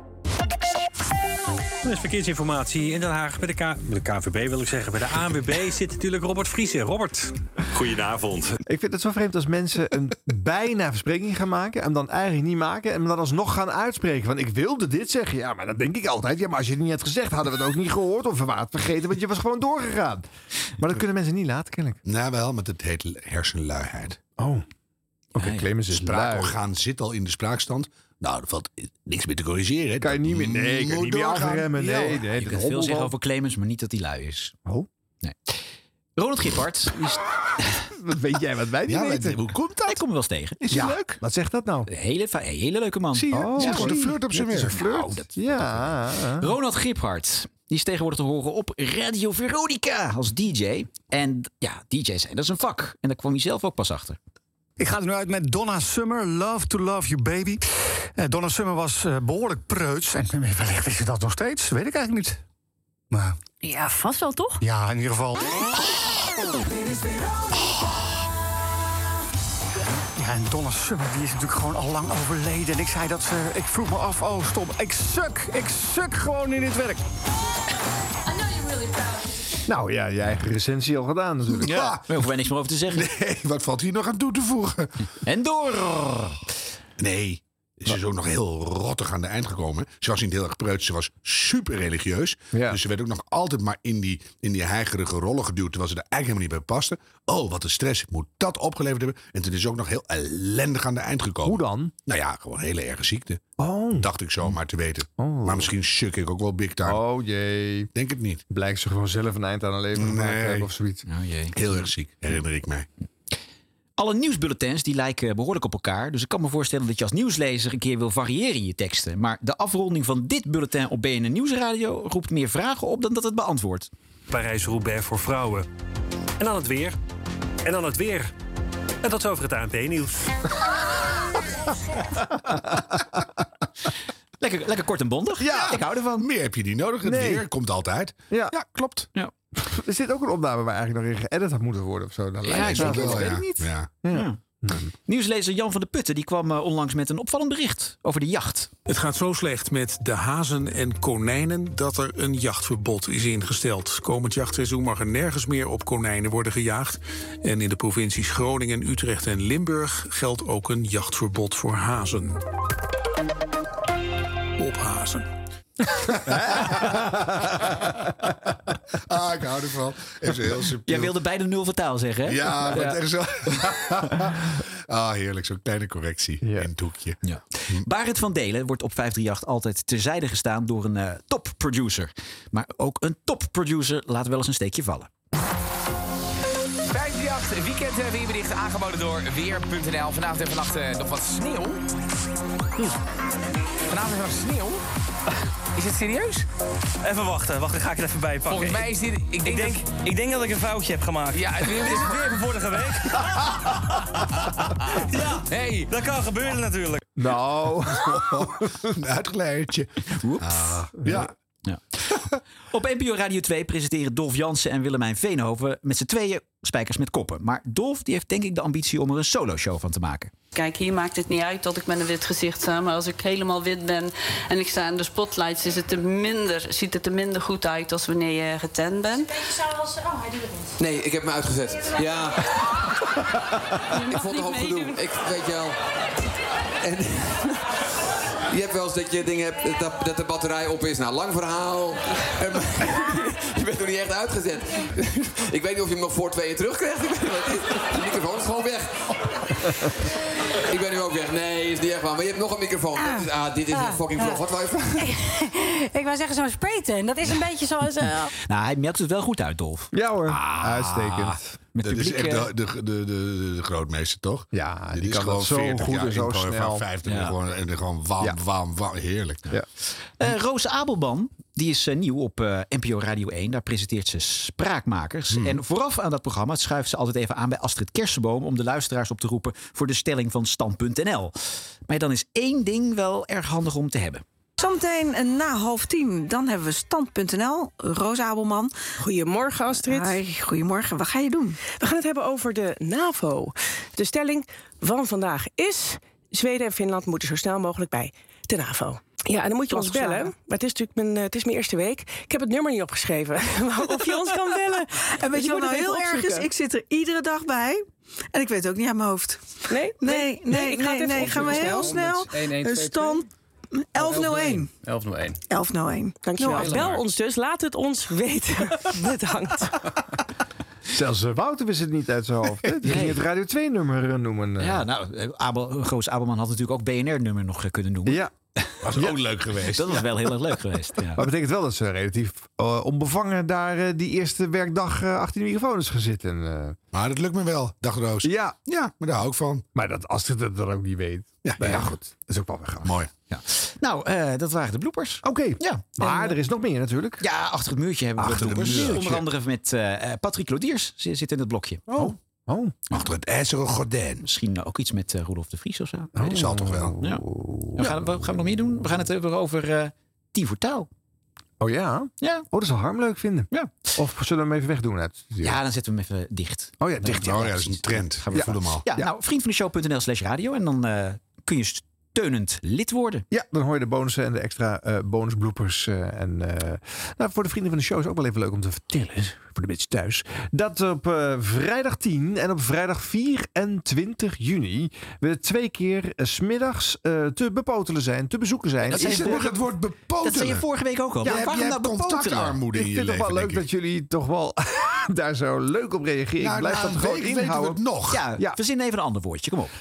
Er is verkeersinformatie in Den Haag bij de KVB, wil ik zeggen. Bij de ANWB zit natuurlijk Robert Vriesen. Robert, goedenavond. Ik vind het zo vreemd als mensen een bijna verspreking gaan maken... en dan eigenlijk niet maken en hem dan alsnog gaan uitspreken. Van ik wilde dit zeggen. Ja, maar dan denk ik altijd... ja, maar als je het niet had gezegd, hadden we het ook niet gehoord... of we waren het vergeten, want je was gewoon doorgegaan. Maar dat kunnen mensen niet laten, kennelijk. Nou wel, maar het heet hersenluiheid. Oké, Clemens is lui. spraakorgaan zit al in de spraakstand. Nou, er valt niks meer te corrigeren. Kan je niet meer, nee, kan je niet meer afremmen. Nee, Je kunt veel zeggen over Clemens, maar niet dat hij lui is. Oh? Nee. Ronald Gippard. Wat weet jij wat wij niet weten? Hoe komt dat? Ik kom er wel eens tegen. Is hij leuk? Wat zegt dat nou? Een hele leuke man. Zie je? Zit gewoon een flirt op zijn Het is werk. een flirt. Nou, Ja. Ronald Gippard. Die is tegenwoordig te horen op Radio Veronica als DJ. En ja, DJ zijn, dat is een vak. En daar kwam hij zelf ook pas achter. Ik ga er nu uit met Donna Summer, Love to Love You Baby. Donna Summer was behoorlijk preuts. En wellicht is ze dat nog steeds, weet ik eigenlijk niet. Maar Ja, vast wel, toch? ja, in ieder geval. Ja, en Donna Summer die is natuurlijk gewoon al lang overleden. En ik zei dat ze... Ik vroeg me af, oh stop, ik suk gewoon in dit werk. Nou ja, je eigen recensie al gedaan natuurlijk. Ja, daar hoeven wij niks meer over te zeggen. Nee, wat valt hier nog aan toe te voegen? En door. Nee, ze is ook nog heel rottig aan de eind gekomen. Ze was niet heel erg preut, ze was super religieus. Ja. Dus ze werd ook nog altijd maar in die heigerige rollen geduwd... terwijl ze er eigenlijk helemaal niet bij paste. Oh, wat een stress, ik moet dat opgeleverd hebben. En toen is ze ook nog heel ellendig aan de eind gekomen. Hoe dan? Nou ja, gewoon een hele erge ziekte. Oh. Dacht ik zo maar te weten. Oh. Maar misschien suk ik ook wel big time. Oh jee. Denk het niet. Blijkt ze gewoon zelf een eind aan haar leven gemaakt te hebben of zoiets. Oh jee. Heel erg ziek, herinner ik mij. Alle nieuwsbulletins die lijken behoorlijk op elkaar. Dus ik kan me voorstellen dat je als nieuwslezer een keer wil variëren in je teksten. Maar de afronding van dit bulletin op BNN Nieuwsradio roept meer vragen op dan dat het beantwoordt. Parijs-Roubaix voor vrouwen. En dan het weer. En dan het weer. En tot zover het ANP-nieuws. Lekker kort en bondig. Ja, ik hou ervan. Meer heb je niet nodig. Het weer komt altijd. Ja, klopt. Ja. Er zit ook een opname waar eigenlijk nog in geëdit had moeten worden of zo. Dan Ja, lijkt ik het denk wel. het ja. weet ik niet. Ja. Nieuwslezer Jan van de Putten die kwam onlangs met een opvallend bericht over de jacht. Het gaat zo slecht met de hazen en konijnen dat er een jachtverbod is ingesteld. Komend jachtseizoen mag er nergens meer op konijnen worden gejaagd. En in de provincies Groningen, Utrecht en Limburg geldt ook een jachtverbod voor hazen. Op hazen. Ik hou ervan. Even heel subtiel. Jij wilde bijna 0 voor taal zeggen, hè? Ja, maar echt zo. Heerlijk, zo'n kleine correctie in het hoekje. Ja. Barend van Delen wordt op 538 altijd terzijde gestaan door een topproducer. Maar ook een topproducer laat wel eens een steekje vallen. 538 weekend weerberichten aangeboden door Weer.nl. Vanavond en vannacht nog wat sneeuw. Vanavond nog sneeuw. Is het serieus? Even wachten, dan ga ik er even bij pakken. Volgens mij is dit... Ik denk dat ik een foutje heb gemaakt. Ja, het weer Dit is het weer van vorige week. Ja, hey. Dat kan gebeuren natuurlijk. Nou, een uitgeleidje. Oeps. Ja. Op NPO Radio 2 presenteren Dolf Jansen en Willemijn Veenhoven met z'n tweeën Spijkers met Koppen. Maar Dolf die heeft denk ik de ambitie om er een solo-show van te maken. Kijk, hier maakt het niet uit dat ik met een wit gezicht sta. Maar als ik helemaal wit ben en ik sta in de spotlights... ziet het er minder goed uit als wanneer je getent bent. Hij doet het niet. Nee, ik heb me uitgezet. Ja. Ik vond het hoop gedoe. Ik weet je wel. En je hebt wel eens dat je dingen hebt dat de batterij op is. Nou, lang verhaal. Je bent er niet echt uitgezet. Ik weet niet of je hem nog voor 2 terugkrijgt. De microfoon is gewoon weg. Ik ben nu ook weg. Nee, is niet echt waar. Maar je hebt nog een microfoon. Dit is een fucking vlog. Wat wou je vragen? Ik wou zeggen zo'n spreten. Dat is een beetje zoals... Nou, hij melkt het wel goed uit, Dolf. Ja hoor, uitstekend. Dat is echt de grootmeester, toch? Ja, die kan gewoon zo 40 goed jaar en zo zo snel. van 50 en gewoon wam. Heerlijk. Ja. Roos Abelman, die is nieuw op NPO Radio 1. Daar presenteert ze Spraakmakers. En vooraf aan dat programma schuift ze altijd even aan bij Astrid Kersenboom... om de luisteraars op te roepen voor de stelling van Stand.nl. Maar dan is 1 ding wel erg handig om te hebben. Zometeen na 9:30, dan hebben we Stand.nl. Roos Abelman. Goedemorgen, Astrid. Hi, goedemorgen. Wat ga je doen? We gaan het hebben over de NAVO. De stelling van vandaag is... Zweden en Finland moeten zo snel mogelijk bij de NAVO. Ja, en dan moet je ons bellen. Maar het is natuurlijk mijn eerste week. Ik heb het nummer niet opgeschreven. Maar of je ons kan bellen. En weet je wat nou heel erg is? Ik zit er iedere dag bij. En ik weet ook niet aan mijn hoofd. Nee. Gaan we heel snel. Een stand... 1101. 1101. Dankjewel. Bel ons dus. Laat het ons weten. Bedankt. Zelfs Wouter wist het niet uit zijn hoofd. Hè? Die ging het Radio 2-nummer noemen. Ja, nou, Roos Abelman had natuurlijk ook BNR-nummer nog kunnen noemen. Ja. Was ook leuk geweest. Dat was wel heel erg leuk geweest. Ja. Maar dat betekent wel dat ze relatief onbevangen daar die eerste werkdag achter de microfoon is gaan zitten. Maar dat lukt me wel, dag Roos. Ja, maar daar hou ik van. Maar dat Astrid het dan ook niet weet. Ja, goed. Dat is ook wel weer gaaf. Mooi. Ja. Nou, dat waren de bloopers. Oké. Ja. Maar er is nog meer natuurlijk. Ja, achter het muurtje hebben we de bloopers. Onder andere met Patrick Lodiers zit in het blokje. Oh. Achter het ijzeren gordijn. Misschien ook iets met Roelof de Vries of zo. Dat zal toch wel. Ja. Wat gaan we nog meer doen? We gaan het hebben over 10 voor taal. Oh ja? Ja. Oh, dat zal Harm leuk vinden. Ja. Of zullen we hem even wegdoen uit? Ja, dan zetten we hem even dicht. Oh ja, dicht. Ja, dat is een trend. Gaan we voelen allemaal. Ja, nou, vriendvandeshow.nl/radio. En dan kun je steunend lid worden. Ja, dan hoor je de bonussen en de extra bonusbloopers. Voor de vrienden van de show is ook wel even leuk om te vertellen, voor de mensen thuis, dat op vrijdag 10 en op vrijdag 24 juni we 2 keer 's middags te bepotelen zijn, te bezoeken zijn. Het woord bepotelen. Dat zei je vorige week ook al. Ja, heb jij contactarmoede in je leven? Ik vind het wel leuk dat jullie toch wel daar zo leuk op reageren. Ik blijf dat gewoon inhouden. Nog. Ja, verzin even een ander woordje. Kom op.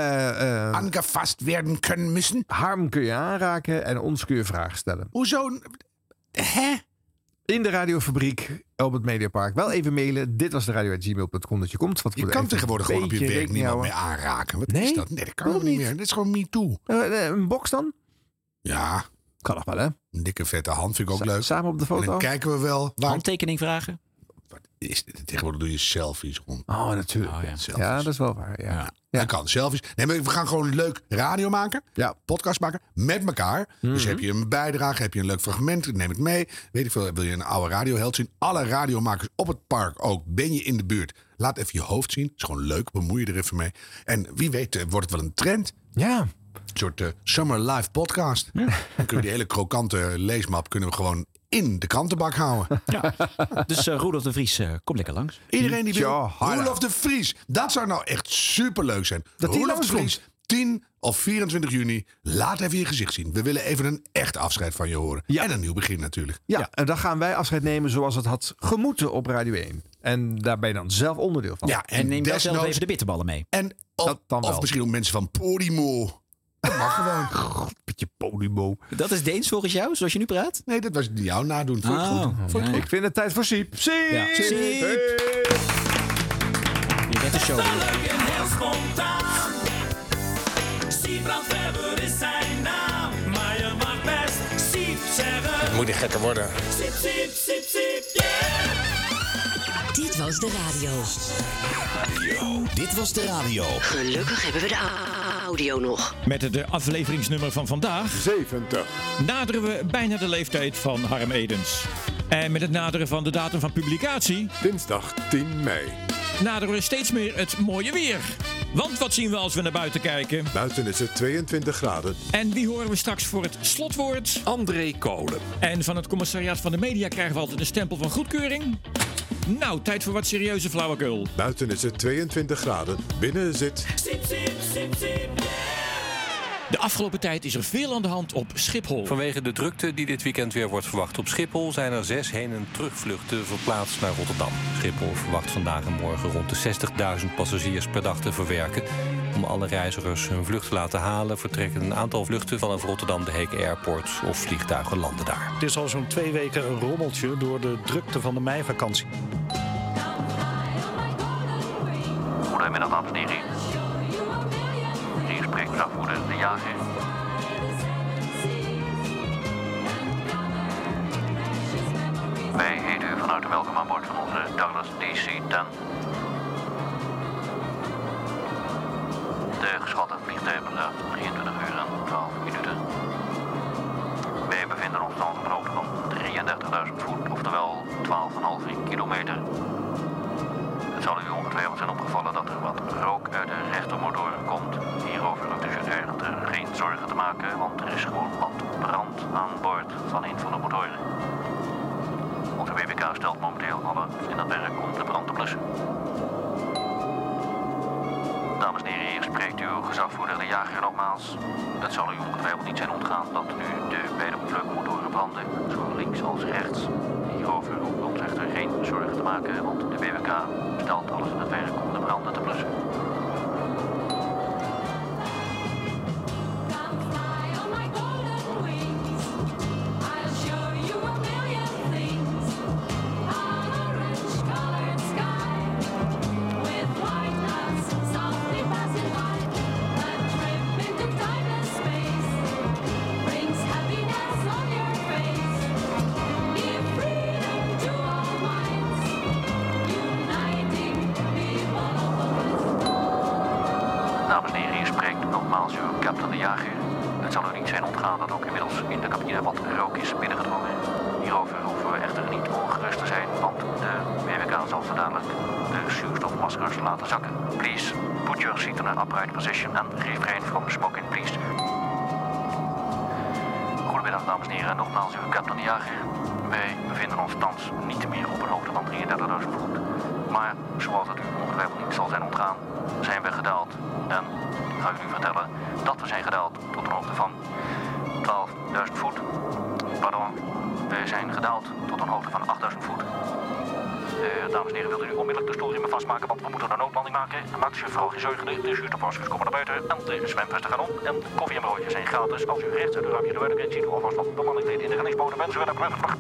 Angefasst werden können müssen. Harm kun je aanraken en ons kun je vragen stellen. Hoezo? Hè? In de radiofabriek op het Mediapark. Wel even mailen. Dit was de radio@gmail.com dat je komt. Je kan tegenwoordig gewoon op je werk niemand mee aanraken. Wat is dat? Nee, dat kan ook niet meer. Dit is gewoon MeToo. Een box dan? Ja. Kan nog wel, hè? Een dikke vette hand vind ik ook leuk. Samen op de foto? En dan kijken we wel. Handtekening vragen? Tegenwoordig doe je selfies rond. Oh, natuurlijk. Ja, dat is wel waar. Ja. Dat kan, selfies. Nee, maar we gaan gewoon leuk radio maken. Ja. Podcast maken. Met elkaar. Dus heb je een bijdrage, heb je een leuk fragment. Neem het mee. Weet ik veel, wil je een oude radioheld zien? Alle radiomakers op het park ook. Ben je in de buurt? Laat even je hoofd zien. Is gewoon leuk. Bemoei je er even mee. En wie weet wordt het wel een trend. Ja. Een soort Summer Live podcast. Ja. Dan kunnen we die hele krokante leesmap kunnen we gewoon in de krantenbak houden. Ja. Dus Roelof de Vries, kom lekker langs. Iedereen die wil. Roelof de Vries. Dat zou nou echt superleuk zijn. Roelof de Vries, 10 of 24 juni. Laat even je gezicht zien. We willen even een echt afscheid van je horen. Ja. En een nieuw begin natuurlijk. Ja, en dan gaan wij afscheid nemen zoals het had gemoeten op Radio 1. En daar ben je dan zelf onderdeel van. Ja, en neem daar zelf even de bitterballen mee. En of misschien ook mensen van Podimo. Dat mag gewoon. Beetje Podimo. Dat is Deens volgens jou, zoals je nu praat? Nee, dat was jou nadoen. Vond je het goed? Ik vind het tijd voor Siep. Siep! Ja. Siep! Je bent de show. Leuk en heel spontaan. Siep is zijn naam. Maar je mag best Siep zeggen. Het moet niet gekker worden. Siep, siep, siep, siep, yeah! Dit was de radio. Dit was de radio. Gelukkig hebben we de audio nog. Met het afleveringsnummer van vandaag... 70. ...naderen we bijna de leeftijd van Harm Edens. En met het naderen van de datum van publicatie... Dinsdag 10 mei. ...naderen we steeds meer het mooie weer. Want wat zien we als we naar buiten kijken? Buiten is het 22 graden. En wie horen we straks voor het slotwoord? André Kolen. En van het commissariaat van de media krijgen we altijd een stempel van goedkeuring. Nou, tijd voor wat serieuze flauwekul. Buiten is het 22 graden. Binnen zit... Sip, sip, sip, sip. De afgelopen tijd is er veel aan de hand op Schiphol. Vanwege de drukte die dit weekend weer wordt verwacht op Schiphol... zijn er 6 heen- en terugvluchten verplaatst naar Rotterdam. Schiphol verwacht vandaag en morgen rond de 60.000 passagiers per dag te verwerken. Om alle reizigers hun vlucht te laten halen... vertrekken een aantal vluchten vanaf Rotterdam de Heek Airport... of vliegtuigen landen daar. Het is al zo'n 2 weken een rommeltje door de drukte van de meivakantie. Goedemiddag, dames en heren. Hier spreekt gezagvoerder De Jager. Wij heten u van harte welkom aan boord van onze Douglas DC-10. De geschatte vliegtijd bedraagt 23 uur en 12 minuten. Wij bevinden ons dan op een hoogte van 33.000 voet, oftewel 12,5 kilometer. Het zal u ongetwijfeld zijn opgevallen dat er wat rook uit de rechtermotor komt. Hierover hoeft u zich eigenlijk geen zorgen te maken, want er is gewoon wat brand aan boord van een van de motoren. Onze WBK stelt momenteel alle in het werk om de brand te blussen. Dames en heren, hier spreekt uw gezagvoerder De Jager nogmaals. Het zal u ongetwijfeld niet zijn ontgaan dat nu de beide vleugmotoren branden, zowel links als rechts. Hierover hoeft u ons echter geen zorgen te maken, want de WBK stelt alles in het werk om de branden te blussen. Dames en heren, hier spreekt nogmaals uw captain De Jager. Het zal u niet zijn ontgaan dat ook inmiddels in de cabine wat rook is binnengedrongen. Hierover hoeven we echter niet ongerust te zijn, want de WWK zal zo dadelijk de zuurstofmaskers laten zakken. Please, put your seat in an upright position and refrain from smoking, please. Goedemiddag, dames en heren, nogmaals uw captain De Jager. Wij bevinden ons thans niet meer op een hoogte van 33.000 voet. Maar zoals het u ongetwijfeld niet zal zijn ontgaan, zijn we gedaald. En ik ga u nu vertellen dat we zijn gedaald tot een hoogte van 12.000 voet. Pardon, we zijn gedaald tot een hoogte van 8.000 voet. Dames en heren, wilt u nu onmiddellijk de stoelriemen vastmaken, want we moeten een noodlanding maken. Maakt u vooral geen zorgen, de zuurstofmaskers komen naar buiten en de zwemvesten gaan om. En koffie en broodjes zijn gratis. Als u rechts uit de raampje de buiten kijkt, ziet u alvast wat bemanningsleden in de reddingsboten en zowel naar vlucht.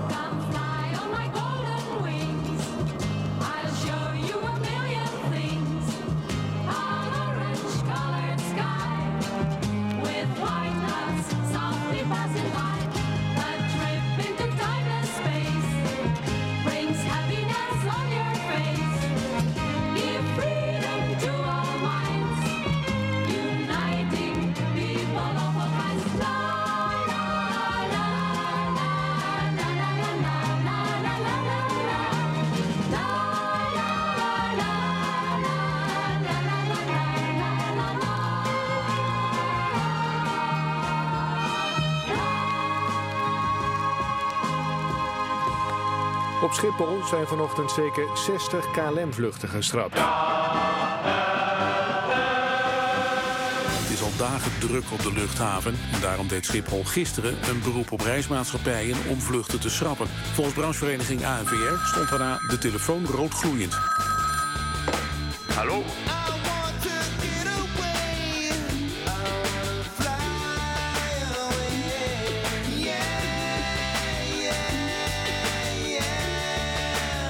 Op Schiphol zijn vanochtend zeker 60 KLM-vluchten geschrapt. Het is al dagen druk op de luchthaven. En daarom deed Schiphol gisteren een beroep op reismaatschappijen om vluchten te schrappen. Volgens branchevereniging ANVR stond daarna de telefoon roodgloeiend. Hallo?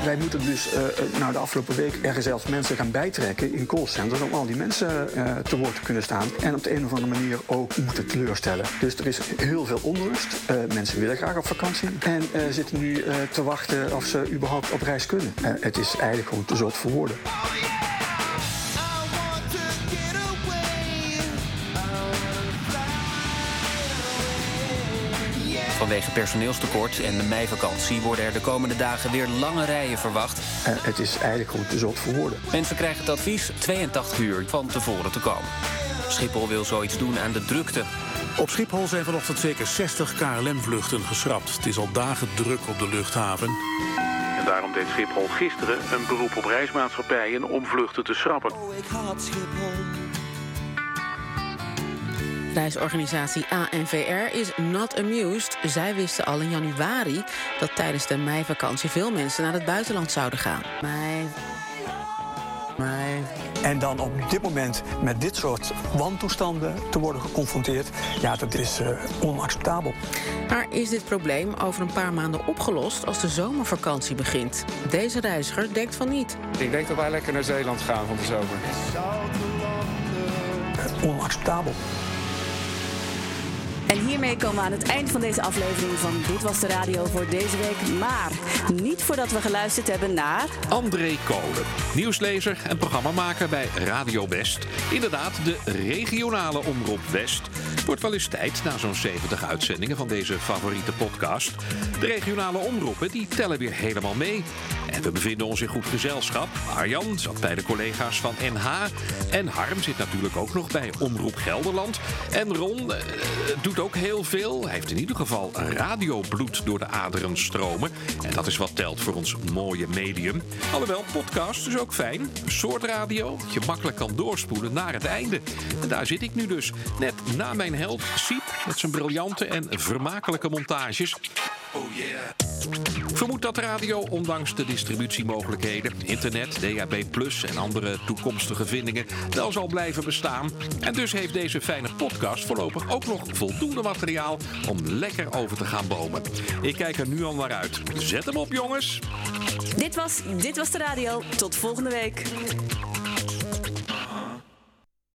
Wij moeten dus de afgelopen week er zelfs mensen gaan bijtrekken in callcenters om al die mensen te woord te kunnen staan. En op de een of andere manier ook moeten teleurstellen. Dus er is heel veel onrust. Mensen willen graag op vakantie en zitten nu te wachten of ze überhaupt op reis kunnen. Het is eigenlijk gewoon te zot voor woorden. Vanwege personeelstekort en de meivakantie worden er de komende dagen weer lange rijen verwacht. Het is eigenlijk gewoon te zot voor woorden. Mensen krijgen het advies 82 uur van tevoren te komen. Schiphol wil zoiets doen aan de drukte. Op Schiphol zijn vanochtend zeker 60 KLM-vluchten geschrapt. Het is al dagen druk op de luchthaven. En daarom deed Schiphol gisteren een beroep op reismaatschappijen om vluchten te schrappen. Ik haat Schiphol. Reisorganisatie ANVR is not amused. Zij wisten al in januari dat tijdens de meivakantie veel mensen naar het buitenland zouden gaan. En dan op dit moment met dit soort wantoestanden te worden geconfronteerd, ja, dat is onacceptabel. Maar is dit probleem over een paar maanden opgelost als de zomervakantie begint? Deze reiziger denkt van niet. Ik denk dat wij lekker naar Zeeland gaan van de zomer. Onacceptabel. En hiermee komen we aan het eind van deze aflevering van Dit Was de Radio voor deze week. Maar niet voordat we geluisterd hebben naar... André Kolen, nieuwslezer en programmamaker bij Radio West. Inderdaad, de regionale omroep West. Het wordt wel eens tijd na zo'n 70 uitzendingen van deze favoriete podcast. De regionale omroepen die tellen weer helemaal mee. En we bevinden ons in goed gezelschap. Arjan zat bij de collega's van NH. En Harm zit natuurlijk ook nog bij Omroep Gelderland. En Ron doet ook heel veel. Hij heeft in ieder geval een radiobloed door de aderen stromen. En dat is wat telt voor ons mooie medium. Alhoewel, podcast is ook fijn. Een soort radio dat je makkelijk kan doorspoelen naar het einde. En daar zit ik nu dus. Net na mijn held Siep met zijn briljante en vermakelijke montages. Oh yeah. Ik vermoed dat radio, ondanks de distributiemogelijkheden, internet, DAB+ en andere toekomstige vindingen, wel zal blijven bestaan. En dus heeft deze fijne podcast voorlopig ook nog voldoende materiaal om lekker over te gaan bomen. Ik kijk er nu al naar uit. Zet hem op, jongens! Dit was de radio. Tot volgende week.